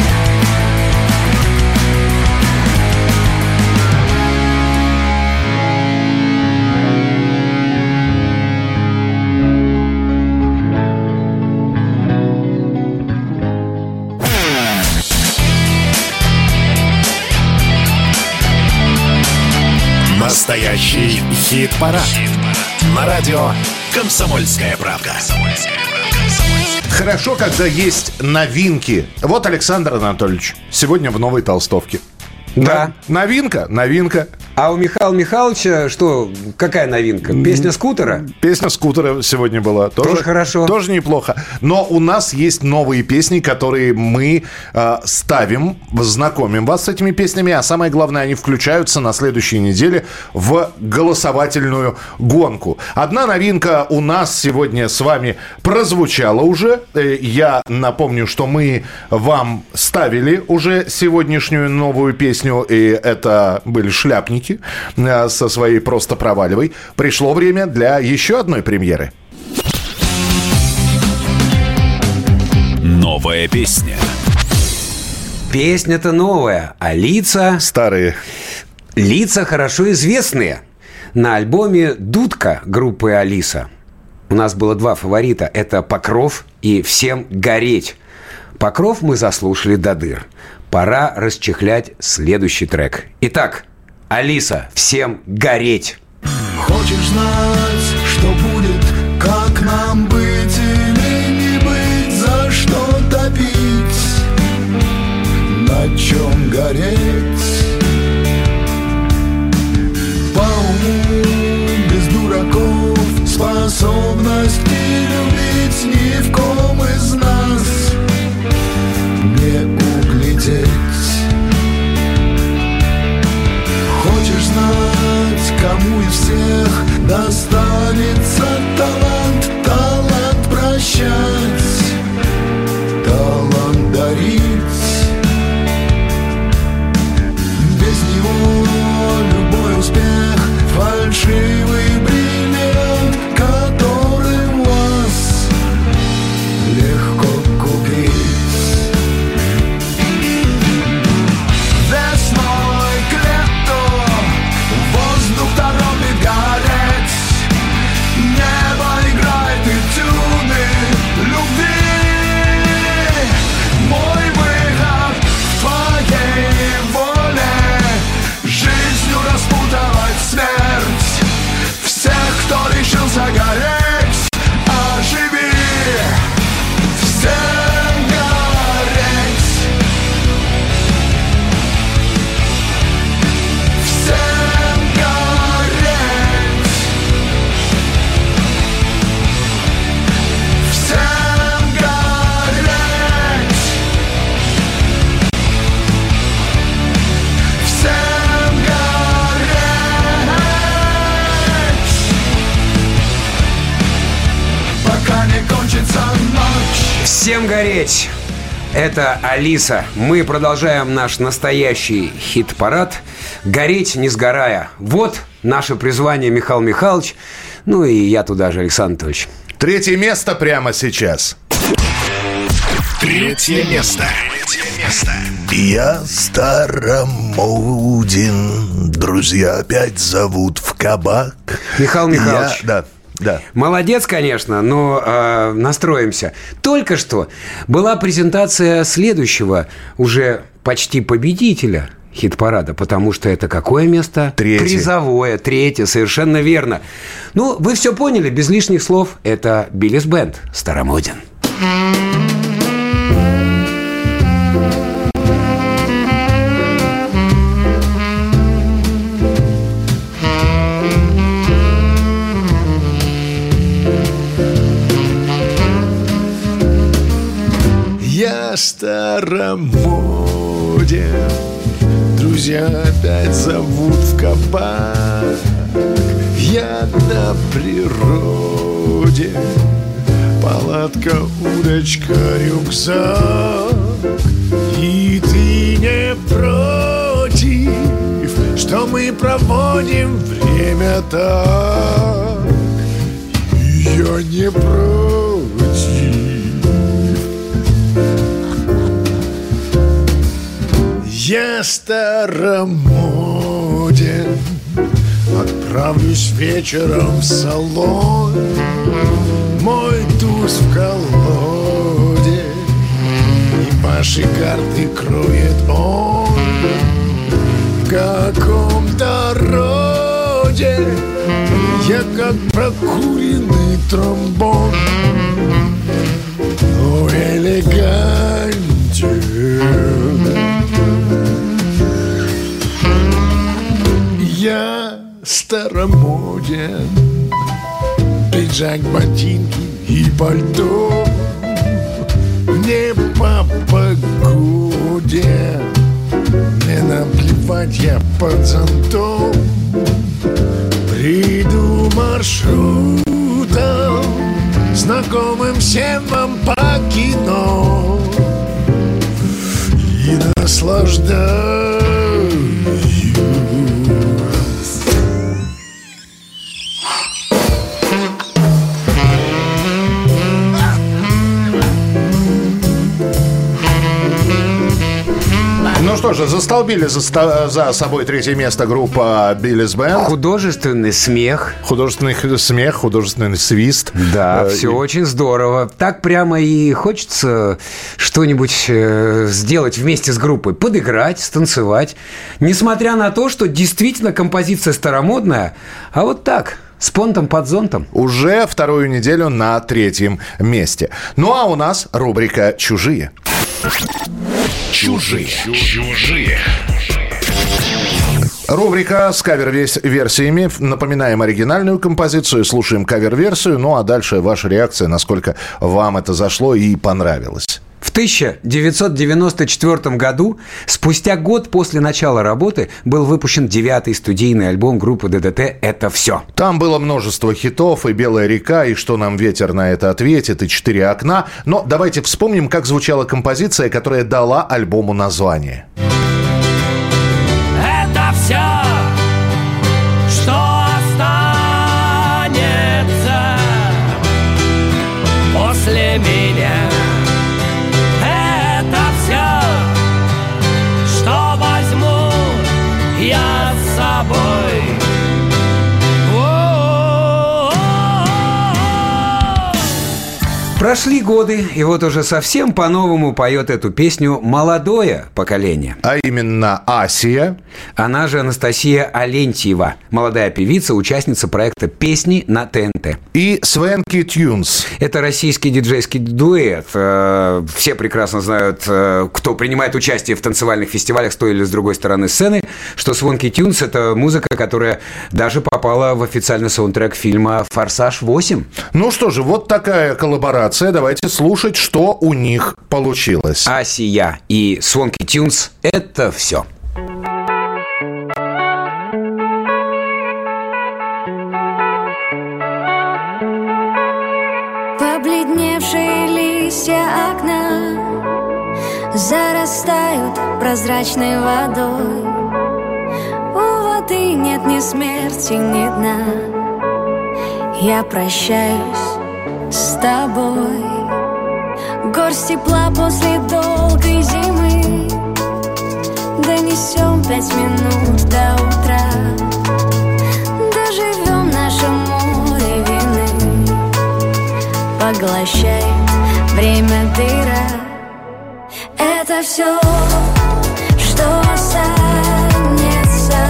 Настоящий хит-парад. Хит-парад. На радио «Комсомольская правда».
Хорошо, когда есть новинки. Вот Александр Анатольевич сегодня в новой толстовке.
Да.
Новинка, новинка.
А у Михаила Михайловича что, какая новинка? Песня «Скутера»?
Песня «Скутера» сегодня была. Тоже,
тоже хорошо.
Тоже неплохо. Но у нас есть новые песни, которые мы э, ставим, знакомим вас с этими песнями. А самое главное, они включаются на следующей неделе в голосовательную гонку. Одна новинка у нас сегодня с вами прозвучала уже. Я напомню, что мы вам ставили уже сегодняшнюю новую песню. И это были «Шляпники» со своей «Просто проваливай». Пришло время для еще одной премьеры.
Новая песня.
Песня-то новая, а лица...
Старые.
Лица хорошо известные. На альбоме «Дудка» группы «Алиса» у нас было два фаворита. Это «Покров» и «Всем гореть». «Покров» мы заслушали до дыр. Пора расчехлять следующий трек. Итак, Алиса, «Всем гореть».
Хочешь знать, что будет, как нам быть или не быть, за что топить, на чем гореть? По уму без дураков способен
Всем гореть! Это Алиса. Мы продолжаем наш настоящий хит-парад «Гореть, не сгорая». Вот наше призвание, Михаил Михайлович. Ну и я туда же, Александр Анатольевич.
Третье место прямо сейчас.
Третье место. Третье место.
Я старомоден, друзья опять зовут в кабак.
Михаил Михайлович.
Я, да. Да.
Молодец, конечно, но э, настроимся. Только что была презентация следующего, уже почти победителя хит-парада, потому что это какое место?
Третье.
Призовое, третье, совершенно верно. Ну, вы все поняли, без лишних слов, это Биллис Бенд, «Старомоден».
Я старомоден, друзья опять зовут в кабак. Я на природе, палатка, удочка, рюкзак. И ты не против, что мы проводим время так? И я не против. Я старомоден, отправлюсь вечером в салон. Мой туз в колоде, и ваши карты кроет он. В каком-то роде я как прокуренный тромбон, но элегантен. Я старомоден, пиджак, ботинки и пальто. Не по погоде, не наплевать я под зонтом. Приду маршрутом, знакомым всем вам по кино, и наслаждаюсь.
Ну что же, застолбили за, за собой третье место группа Биллис Бенд.
Художественный смех.
Художественный смех, художественный свист.
Да,
э,
все
и...
очень здорово. Так прямо и хочется что-нибудь э, сделать вместе с группой. Подыграть, станцевать. Несмотря на то, что действительно композиция старомодная, а вот так... С понтом под зонтом.
Уже вторую неделю на третьем месте. Ну а у нас рубрика «Чужие».
Чужие. Чужие.
Рубрика с кавер-версиями. Напоминаем оригинальную композицию, слушаем кавер-версию. Ну а дальше ваша реакция, насколько вам это зашло и понравилось.
В тысяча девятьсот девяносто четвёртом году, спустя год после начала работы, был выпущен девятый студийный альбом группы ДДТ «Это все».
Там было множество хитов, и «Белая река», и «Что нам ветер на это ответит», и «Четыре окна». Но давайте вспомним, как звучала композиция, которая дала альбому название.
Это все, что останется после меня. Я с собой.
Прошли годы, и вот уже совсем по-новому поет эту песню молодое поколение.
А именно Асия.
Она же Анастасия Алентьева, молодая певица, участница проекта «Песни на ТНТ».
И Свенки Тюнс.
Это российский диджейский дуэт. Все прекрасно знают, кто принимает участие в танцевальных фестивалях с той или с другой стороны сцены, что Свенки Тюнс – это музыка, которая даже попала в официальный саундтрек фильма «Форсаж восемь».
Ну что же, вот такая коллаборация. Давайте слушать, что у них получилось.
Асия и Свенки Тюнс – это все.
Поближе Побледневшие листья окна зарастают прозрачной водой. У воды нет ни смерти, ни дна. Я прощаюсь с тобой. Горсть тепла после долгой зимы донесем пять минут до утра. Доживем наше море вины, поглощает время дыра. Это все, что останется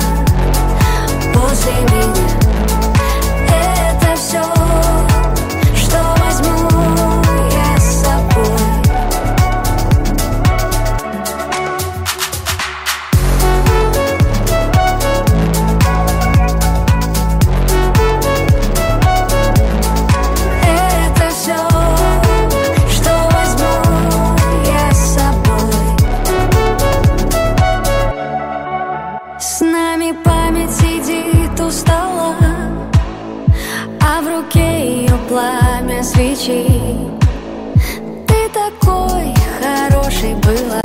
после меня. Это все, что возьму я с собой. Это все, что возьму я с собой. С нами память сидит у стола, а в руке ее пламя свечи. Ты такой хороший была,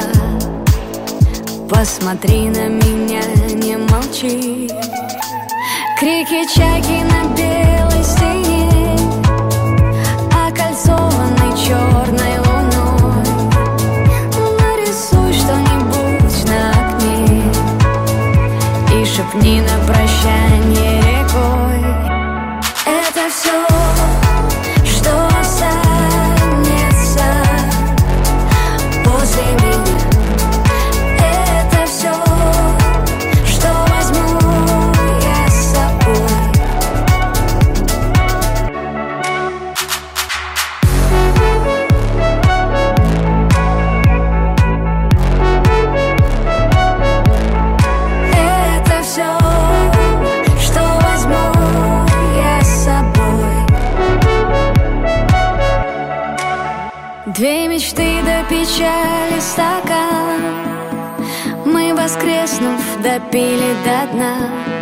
посмотри на меня, не молчи. Крики чайки на белой стене, окольцованной черной луной. Нарисуй что-нибудь на окне и шепни на прощание рекой. Это все, что останется после меня. Это все, что возьму я с собой. Это все, что возьму я с собой. Две мечты до печали стакан, мы, воскреснув, допили до дна.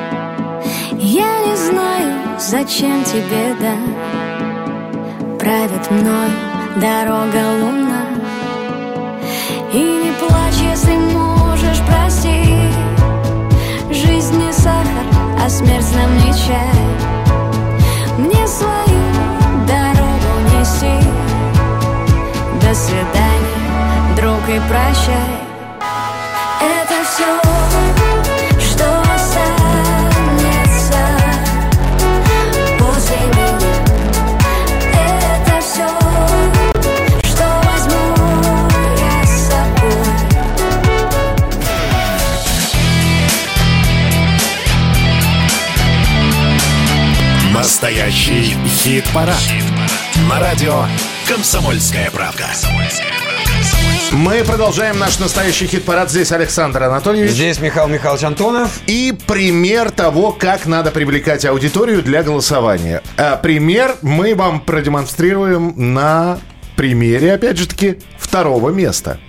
Я не знаю, зачем тебе, да, правит мною дорога луна. И не плачь, если можешь простить. Жизнь не сахар, а смерть нам не чай. Мне свою дорогу неси. До свидания, друг, и прощай. Это все, что останется после меня. Это все, что возьму я с собой.
Настоящий хит-парад. На радио «Комсомольская правда».
Мы продолжаем наш настоящий хит-парад. Здесь Александр Анатольевич.
Здесь Михаил Михайлович Антонов.
И пример того, как надо привлекать аудиторию для голосования. А пример мы вам продемонстрируем на примере, опять же таки, второго места.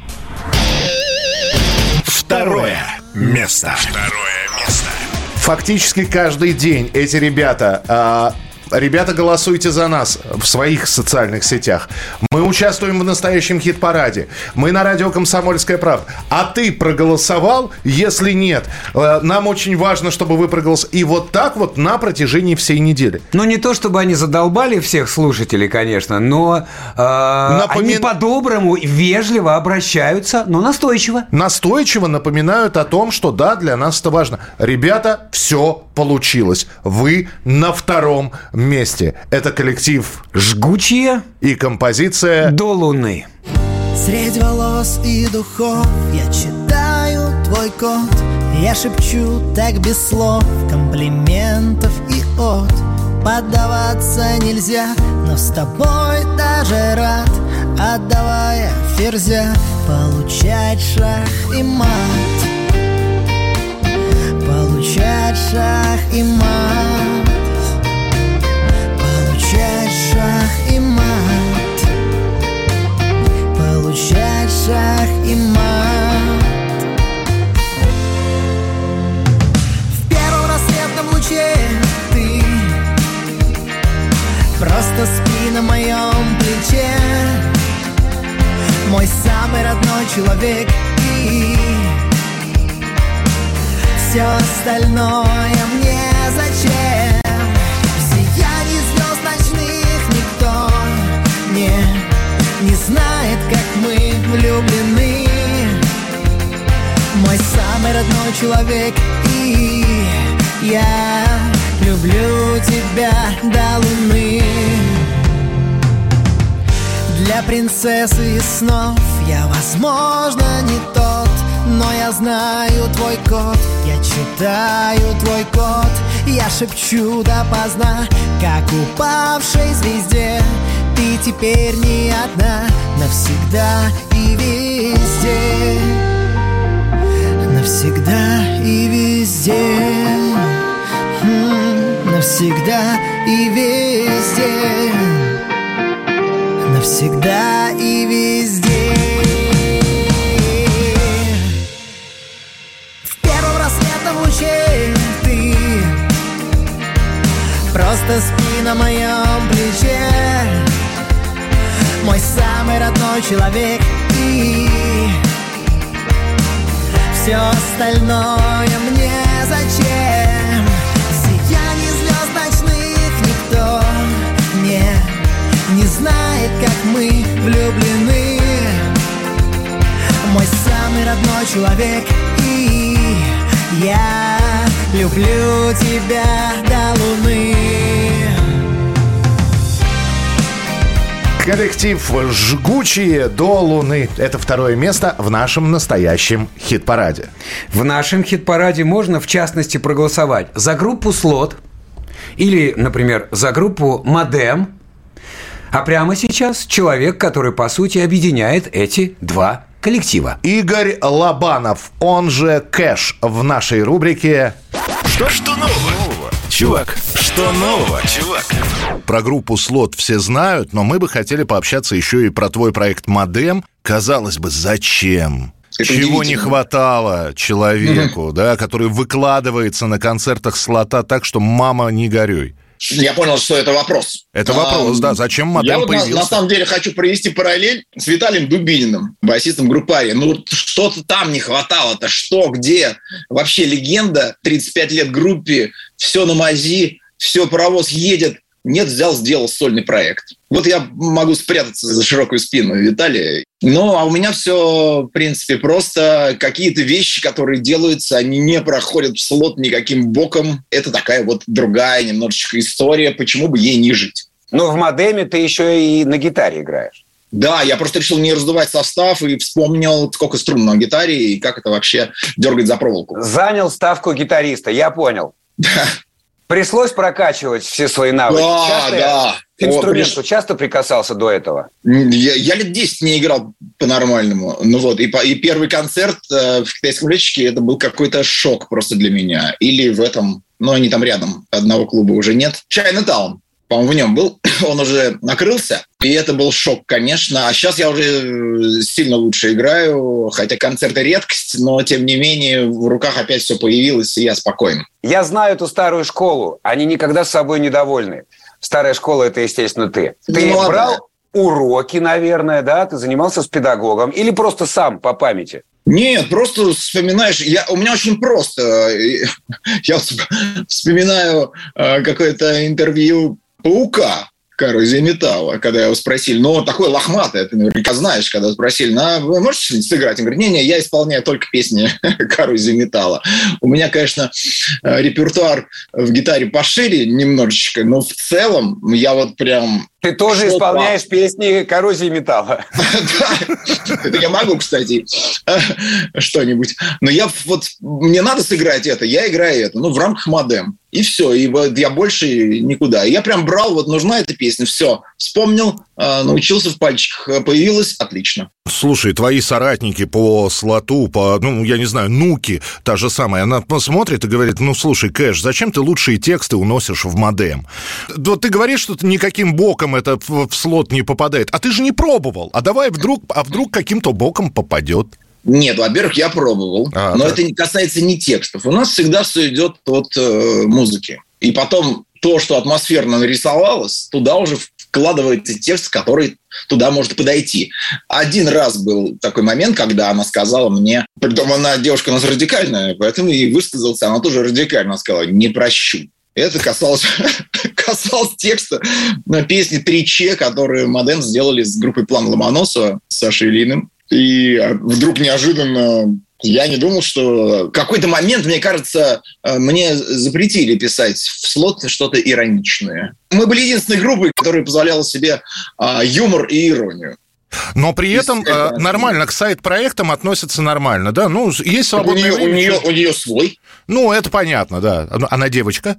Второе место. Второе место.
Фактически каждый день эти ребята... А, Ребята, голосуйте за нас в своих социальных сетях. Мы участвуем в настоящем хит-параде. Мы на радио «Комсомольская правда». А ты проголосовал? Если нет, нам очень важно, чтобы вы проголосовали. И вот так вот на протяжении всей недели.
Ну, не то, чтобы они задолбали всех слушателей, конечно, но э, Напомин... они по-доброму, вежливо обращаются, но настойчиво.
Настойчиво напоминают о том, что да, для нас это важно. Ребята, все получилось. Вы на втором месте. Это коллектив
«Жгучие»
и композиция
«До луны».
Средь волос и духов я читаю твой код. Я шепчу так без слов, комплиментов и от. Поддаваться нельзя, но с тобой даже рад, отдавая ферзя, получать шах и мат. Получать шах и мат. Получать шах и мат. Получать шах и мат. В первом рассветном луче ты просто спи на моем плече. мой самый родной человек. И все остальное мне зачем? В сиянии звезд ночных никто не, не знает, как мы влюблены. Мой самый родной человек. И я люблю тебя до луны. Для принцессы из снов я, возможно, не тот, но я знаю твой код, я читаю твой код. Я шепчу допоздна, как упавшей звезде. Ты теперь не одна, навсегда и везде. Навсегда и везде. М-м, навсегда и везде. Навсегда и везде. В первом рассветном луче ты просто спи на моем плече. Мой самый родной человек. И все остальное мне зачем? В сиянии звезд ночных никто не, не знает, как мы влюблены. Мой самый родной человек. И я люблю тебя до луны.
Коллектив «Жгучие до луны». Это второе место в нашем настоящем хит-параде.
В нашем хит-параде можно, в частности, проголосовать за группу «Слот» или, например, за группу «Модем». А прямо сейчас человек, который, по сути, объединяет эти два коллектива.
Игорь Лобанов, он же Кэш, в нашей рубрике
«Что, что нового, чувак? Что нового, чувак?»
Про группу «Слот» все знают, но мы бы хотели пообщаться еще и про твой проект «Модем». Казалось бы, зачем? Это Чего не хватало человеку, mm-hmm. да, который выкладывается на концертах «Слота» так, что мама не горюй.
Я понял, что это вопрос.
Это вопрос, а, да. Зачем «Модем»
я вот
появился?
На, на самом деле хочу провести параллель с Виталием Дубининым, басистом группы «Ария». Ну, что-то там не хватало-то. Что, где? Вообще легенда, тридцать пять лет группе, все на мази, все, паровоз едет. Нет, взял, сделал сольный проект. Вот я могу спрятаться за широкую спину Виталия. Ну, а у меня все, в принципе, просто какие-то вещи, которые делаются, они не проходят в слот никаким боком. Это такая вот другая немножечко история, почему бы ей не жить.
Ну, в «Модеме» ты еще и на гитаре играешь.
Да, я просто решил не раздувать состав и вспомнил, сколько струн на гитаре и как это вообще дергать за проволоку.
Занял ставку гитариста, я понял. Да. Пришлось прокачивать все свои навыки.
Да,
часто
да.
К инструменту О, часто прикасался до этого?
Я, я лет десять не играл по-нормальному. Ну вот, и, по, и первый концерт э, в китайском летчике это был какой-то шок просто для меня. Или в этом, ну они там рядом, одного клуба уже нет. Чайнатаун, по-моему, в нем был. Он уже накрылся. И это был шок, конечно. А сейчас я уже сильно лучше играю. Хотя концерты редкость, но тем не менее в руках опять все появилось, и я спокоен.
Я знаю эту старую школу. Они никогда с собой недовольны. Старая школа – это, естественно, ты. Ты ну, брал ладно. уроки, наверное, да? Ты занимался с педагогом? Или просто сам по памяти?
Нет, просто вспоминаешь... Я, у меня очень просто. Я вспоминаю какое-то интервью Паука, коррозия металла, когда его спросили, ну, он такой лохматый, ты наверняка знаешь, когда спросили, ну, вы можете что-нибудь сыграть? Он говорит, не-не, я исполняю только песни коррозии металла. У меня, конечно, репертуар в гитаре пошире немножечко, но в целом я вот прям...
Ты тоже Что исполняешь по... песни коррозии металла.
Это я могу, кстати, что-нибудь. Но я вот... Мне надо сыграть это, я играю это. Ну, в рамках «Модем». И все. И вот я больше никуда. Я прям брал, вот нужна эта песня, все. Вспомнил, научился в пальчиках. Появилась, отлично.
Слушай, твои соратники по слоту, по, ну, я не знаю, Нуки, та же самая, она посмотрит и говорит, ну, слушай, Кэш, зачем ты лучшие тексты уносишь в «Модем»? Вот ты говоришь, что никаким боком это в, в слот не попадает, а ты же не пробовал, а давай вдруг, а вдруг каким-то боком попадет?
Нет, во-первых, я пробовал, а, но да. это не касается не текстов. У нас всегда все идет от э, музыки. И потом то, что атмосферно нарисовалось, туда уже вкладывается текст, который туда может подойти. Один раз был такой момент, когда она сказала мне, притом она девушка у нас радикальная, поэтому и высказался, она тоже радикально сказала: не прощу. Это касалось, касалось текста на песне «Три Че», которую Модем сделали с группой «План Ломоносова» с Сашей Ильиным. И вдруг неожиданно я не думал, что в какой-то момент, мне кажется, мне запретили писать в слот что-то ироничное. Мы были единственной группой, которая позволяла себе юмор и иронию.
Но при этом э, нормально к сайт-проектам относятся нормально, да? Ну, есть свободное время.
У нее, у нее свой.
Ну, это понятно, да. Она девочка.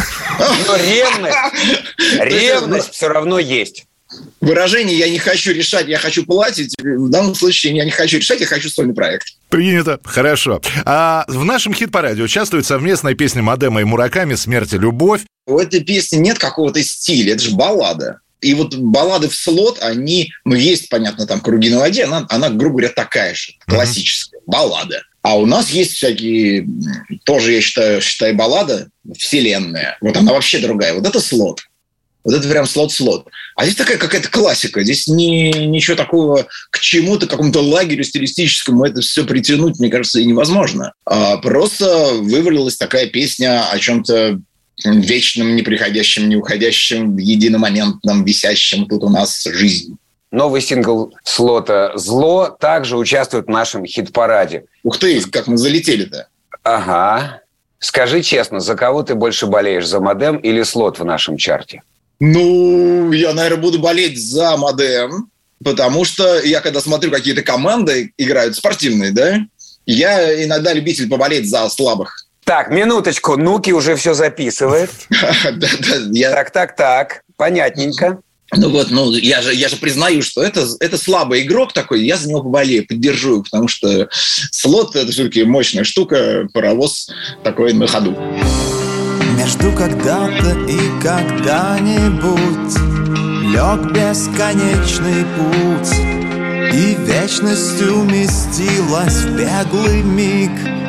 Но ревность, ревность все равно есть.
Выражение «я не хочу решать, я хочу платить» в данном случае я не хочу решать, я хочу сольный проект.
Принято. Хорошо. А в нашем хит-параде участвует совместная песня Модема и Мураками «Смерть и любовь».
У этой песни нет какого-то стиля, это же баллада. И вот баллады в слот, они, ну, есть, понятно, там «Круги на воде», она, она грубо говоря, такая же, классическая, mm-hmm. баллада. А у нас есть всякие, тоже, я считаю, считаю, баллада вселенная. Вот она вообще другая. Вот это слот. Вот это прям слот-слот. А здесь такая какая-то классика. Здесь не, ничего такого к чему-то, к какому-то лагерю стилистическому это все притянуть, мне кажется, и невозможно. А просто вывалилась такая песня о чем-то вечном, неприходящем, неуходящем, единомоментном, висящем тут у нас жизнь.
Новый сингл слота «Зло» также участвует в нашем хит-параде.
Ух ты, как мы залетели-то.
Ага. Скажи честно, за кого ты больше болеешь, за Модем или слот в нашем чарте?
Ну, я, наверное, буду болеть за Модем, потому что я, когда смотрю, какие-то команды играют спортивные, да, я иногда любитель поболеть за слабых.
Так, минуточку, Нуки уже все записывает. Так, так, так, понятненько.
Ну вот, ну я же, я же признаю, что это, это слабый игрок такой, я за него поболею, поддержу, потому что слот – это все-таки мощная штука, паровоз такой на ходу.
Между когда-то и когда-нибудь лег бесконечный путь, и вечность уместилась в беглый миг.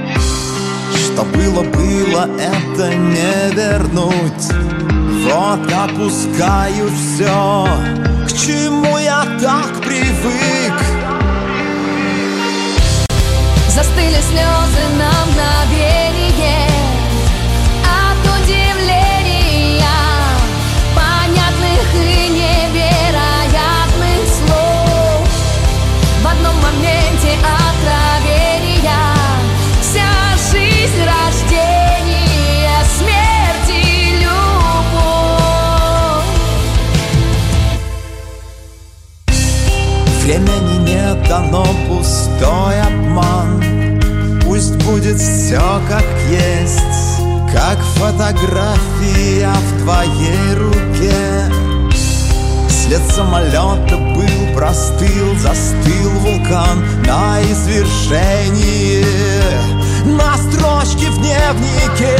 Что было, было, это не вернуть. Вот опускаю все, к чему я так привык.
Застыли слезы на мгновение от удивления, понятных и невероятных слов. В одном моменте откровения вся жизнь рождения, смерть и любовь.
Времени нет, оно пустой обман. Пусть будет все как есть, как фотография в твоей руке. След самолета был, простыл, застыл вулкан на извержении, на строчке в дневнике.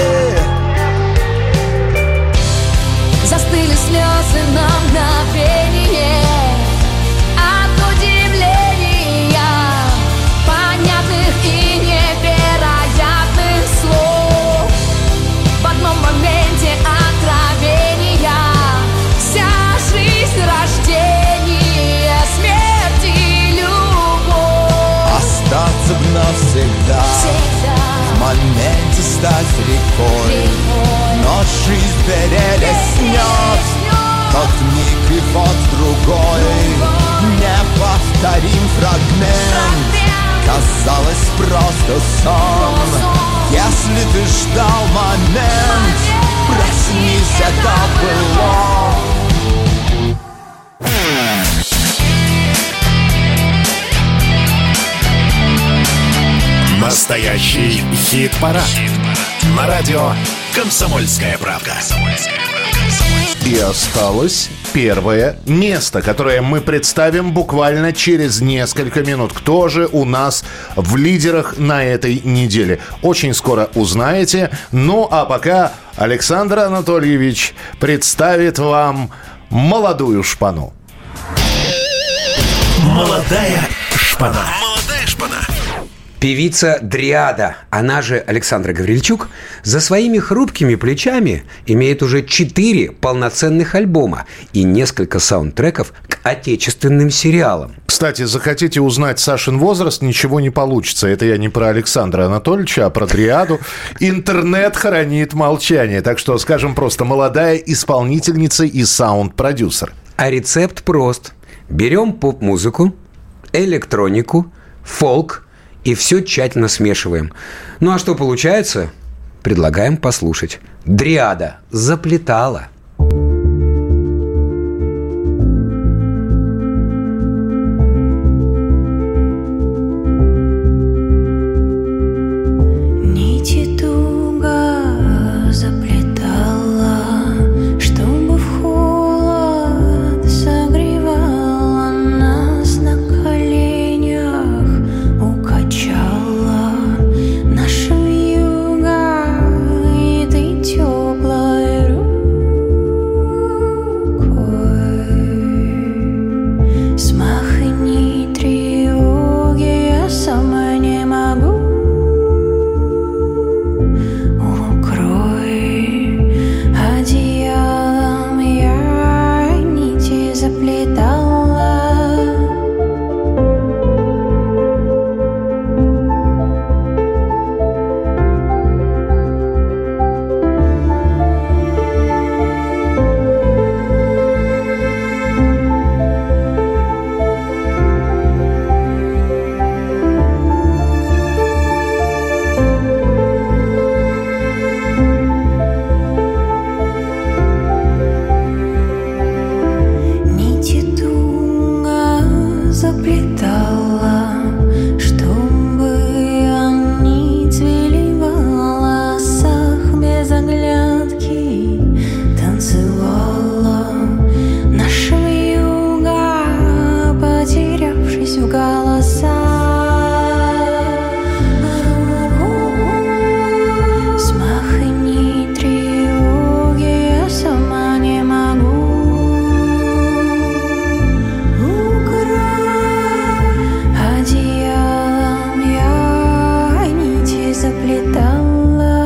Застыли слезы на мгновение от удивления, понятных и невероятных слов. В одном моменте откровения вся жизнь рождения, смерть и любовь.
Остаться б навсегда,
всегда.
В моменте стать рекой, рекой. Но жизнь перелеснет тот миг и вот другой, другой. Неповторим фрагмент, фрагмент. Казалось просто сон, сон. Если ты ждал момент, момент. Проснись, это было.
Настоящий хит-парад. Хит-парад. На радио «Комсомольская правда».
И осталось первое место, которое мы представим буквально через несколько минут. Кто же у нас в лидерах на этой неделе? Очень скоро узнаете. Ну, а пока Александр Анатольевич представит вам молодую шпану.
Молодая шпана. Молодая шпана.
Певица Дриада, она же Александра Гаврильчук, за своими хрупкими плечами имеет уже четыре полноценных альбома и несколько саундтреков к отечественным сериалам.
Кстати, захотите узнать Сашин возраст, ничего не получится. Это я не про Александра Анатольевича, а про Дриаду. Интернет хранит молчание. Так что, скажем просто, молодая исполнительница и саунд-продюсер.
А рецепт прост. Берем поп-музыку, электронику, фолк, и все тщательно смешиваем. Ну а что получается? Предлагаем послушать. Дриада заплетала.
Нити туго заплетала, чтобы в холод согревала нас на коленях, укачала наши вьюга, и ты теплой рукой смахни тревоги, я сама не могу. Укрой одеялом, я нити заплетала. Нити туго заплетала, чтобы они цвели в волосах, без оглядки танцевала наша вьюга, потерявшись в голосах. Смахни тревоги, я сама не могу. Одеялом я нити заплетала.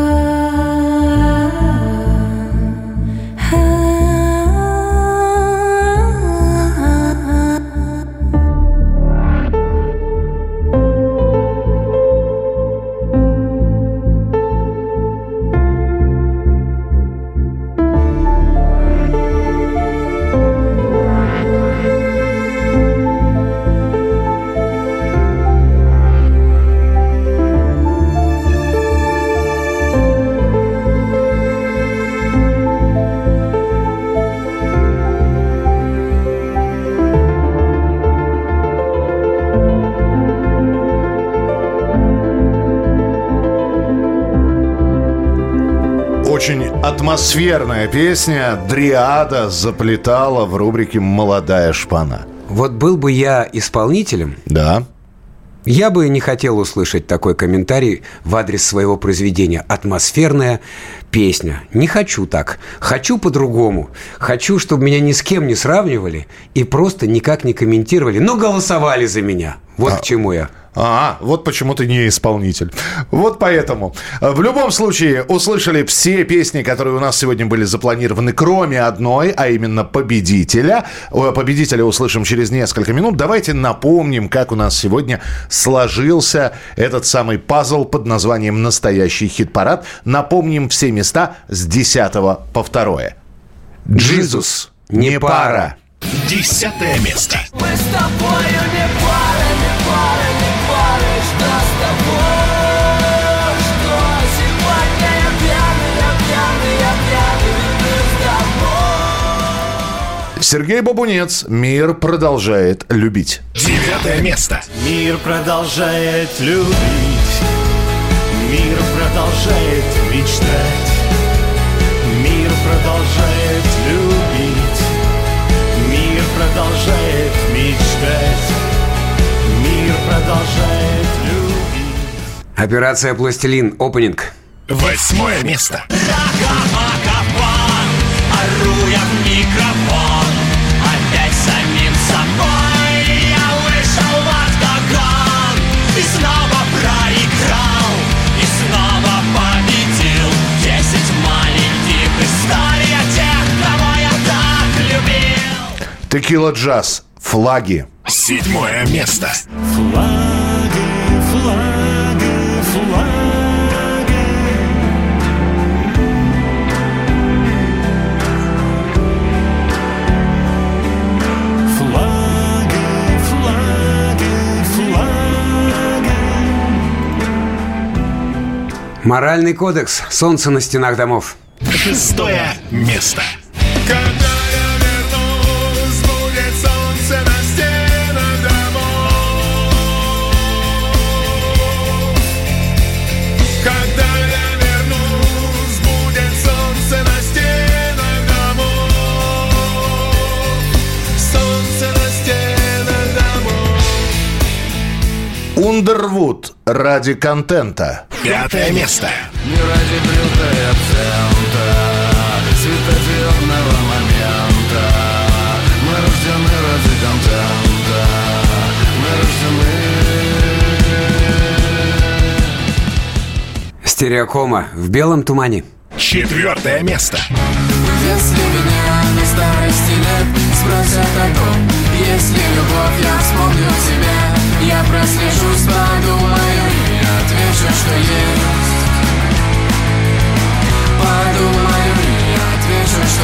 Очень атмосферная песня. Дриада заплетала в рубрике «Молодая шпана».
Вот был бы я исполнителем,
Да.
я бы не хотел услышать такой комментарий в адрес своего произведения. Атмосферная песня. Не хочу так. Хочу по-другому. Хочу, чтобы меня ни с кем не сравнивали и просто никак не комментировали, но голосовали за меня. Вот
А.
к чему я.
А, вот почему ты не исполнитель. Вот поэтому. В любом случае, услышали все песни, которые у нас сегодня были запланированы, кроме одной, а именно «Победителя». О, «Победителя» услышим через несколько минут. Давайте напомним, как у нас сегодня сложился этот самый пазл под названием «Настоящий хит-парад». Напомним все места с десятого по второе. «Джизус» не пара.
Десятое место.
Мы с тобою не пара, не пара, не пара. Что с тобой? Что сегодня я пьяный, я пьяный, я пьяный, ведь мы с тобой.
Сергей Бабунец. «Мир продолжает любить».
Девятое место.
Мир продолжает любить, мир продолжает мечтать, мир продолжает любить, мир продолжает мечтать, мир продолжает любить.
Операция «Пластилин». Опенинг.
Восьмое место.
Ору я в микрофон, опять самим собой. Я вышел в октагон и снова
Текила Джаз. Флаги.
Седьмое место.
Флаги, флаги, флаги. Флаги, флаги, флаги.
Моральный кодекс. Солнце на стенах домов.
Шестое место.
Когда я вернусь, будет солнце на стенах домов. Когда я вернусь, будет солнце на стенах домов. Солнце на стенах домов.
Ундервуд. Ради контента.
Пятое место.
Не ради брюка и акцента, светодиодного момента. Мы рождены ради контента. Мы рождены.
Стереокома. В белом тумане.
Четвертое место.
Если меня на старости лет спросят о том, есть ли любовь, я вспомню тебя. Я прослежусь, подумаю и отвечу, что есть. Подумаю и отвечу, что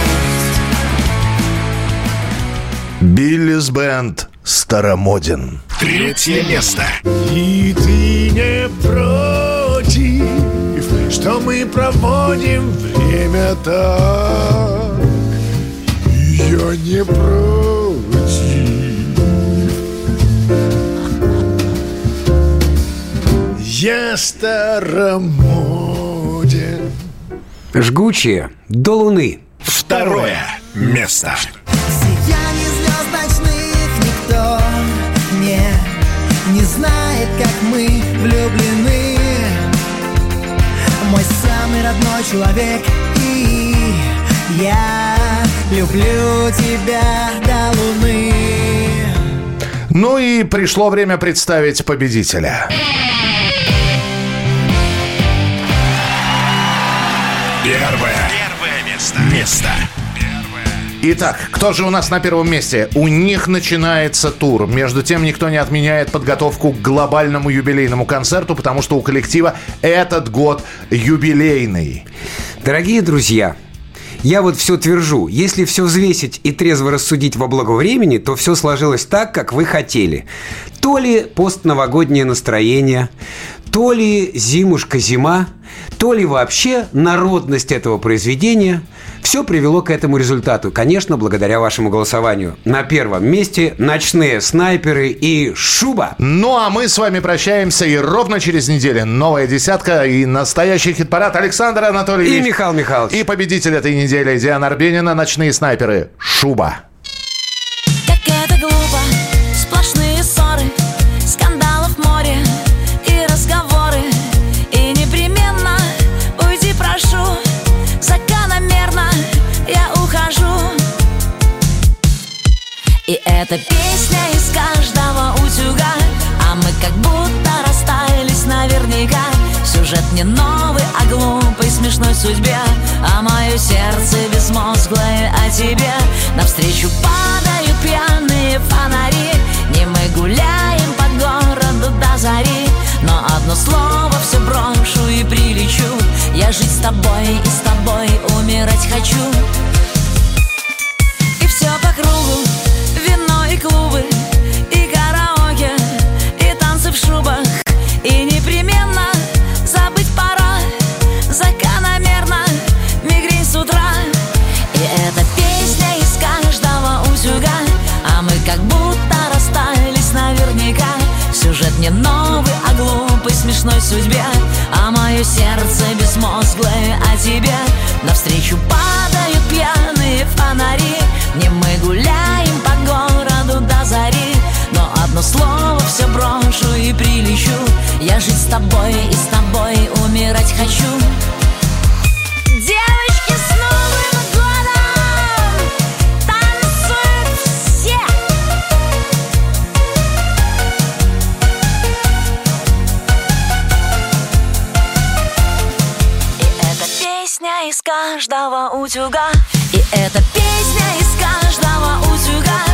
есть.
Биллис Бенд. Старомоден.
Третье место.
И ты не против, что мы проводим время так. И я не против. Я старомоден.
Жгучие. До луны.
Второе место.
Сияние звезд ночных никто не, не знает, как мы влюблены. Мой самый родной человек, и я люблю тебя до луны.
Ну и пришло время представить победителя.
Первое. Первое место. Место.
Итак, кто же у нас на первом месте? У них начинается тур. Между тем, никто не отменяет подготовку к глобальному юбилейному концерту, потому что у коллектива этот год юбилейный.
Дорогие друзья, я вот все твержу. Если все взвесить и трезво рассудить во благо времени, то все сложилось так, как вы хотели. То ли постновогоднее настроение, то ли зимушка-зима, то ли вообще народность этого произведения. Все привело к этому результату. Конечно, благодаря вашему голосованию. На первом месте «Ночные снайперы» и «Шуба».
Ну, а мы с вами прощаемся. И ровно через неделю новая десятка и настоящий хит-парад. Александр Анатольевич.
И Михаил Михайлович.
И победитель этой недели Диана Арбенина. «Ночные снайперы». «Шуба».
Как это глупо, сплошные ссоры, скандалов море и разговоры. И непременно уйди, прошу, закономерно я ухожу. И эта песня из каждого утюга, а мы как будто расстались наверняка. Сюжет не новый о глупой смешной судьбе, а мое сердце безмозглое о тебе. Навстречу падают пьяные фонари, не мы гуляем по городу до зари. Но одно слово все брошу и прилечу. Я жить с тобой и с тобой умирать хочу. И все по кругу, вино и клубы, и караоке, и танцы в шубах. И непременно забыть пора, закономерно мигрень с утра. И эта песня из каждого утюга, а мы как будто расстались наверняка. Сюжет не новый о глупой смешной судьбе, а мое сердце безмозглое о тебе. Навстречу падают пьяные фонари, не мы гуляем по городу до зари. Но одно слово все брошу и прилечу. Я жить с тобой и с тобой умирать хочу. Девочки с Новым годом танцуют все. И эта песня из каждого утюга, и эта песня из каждого утюга,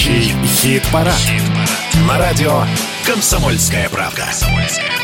Настоящий хит-парад. На радио «Комсомольская правда».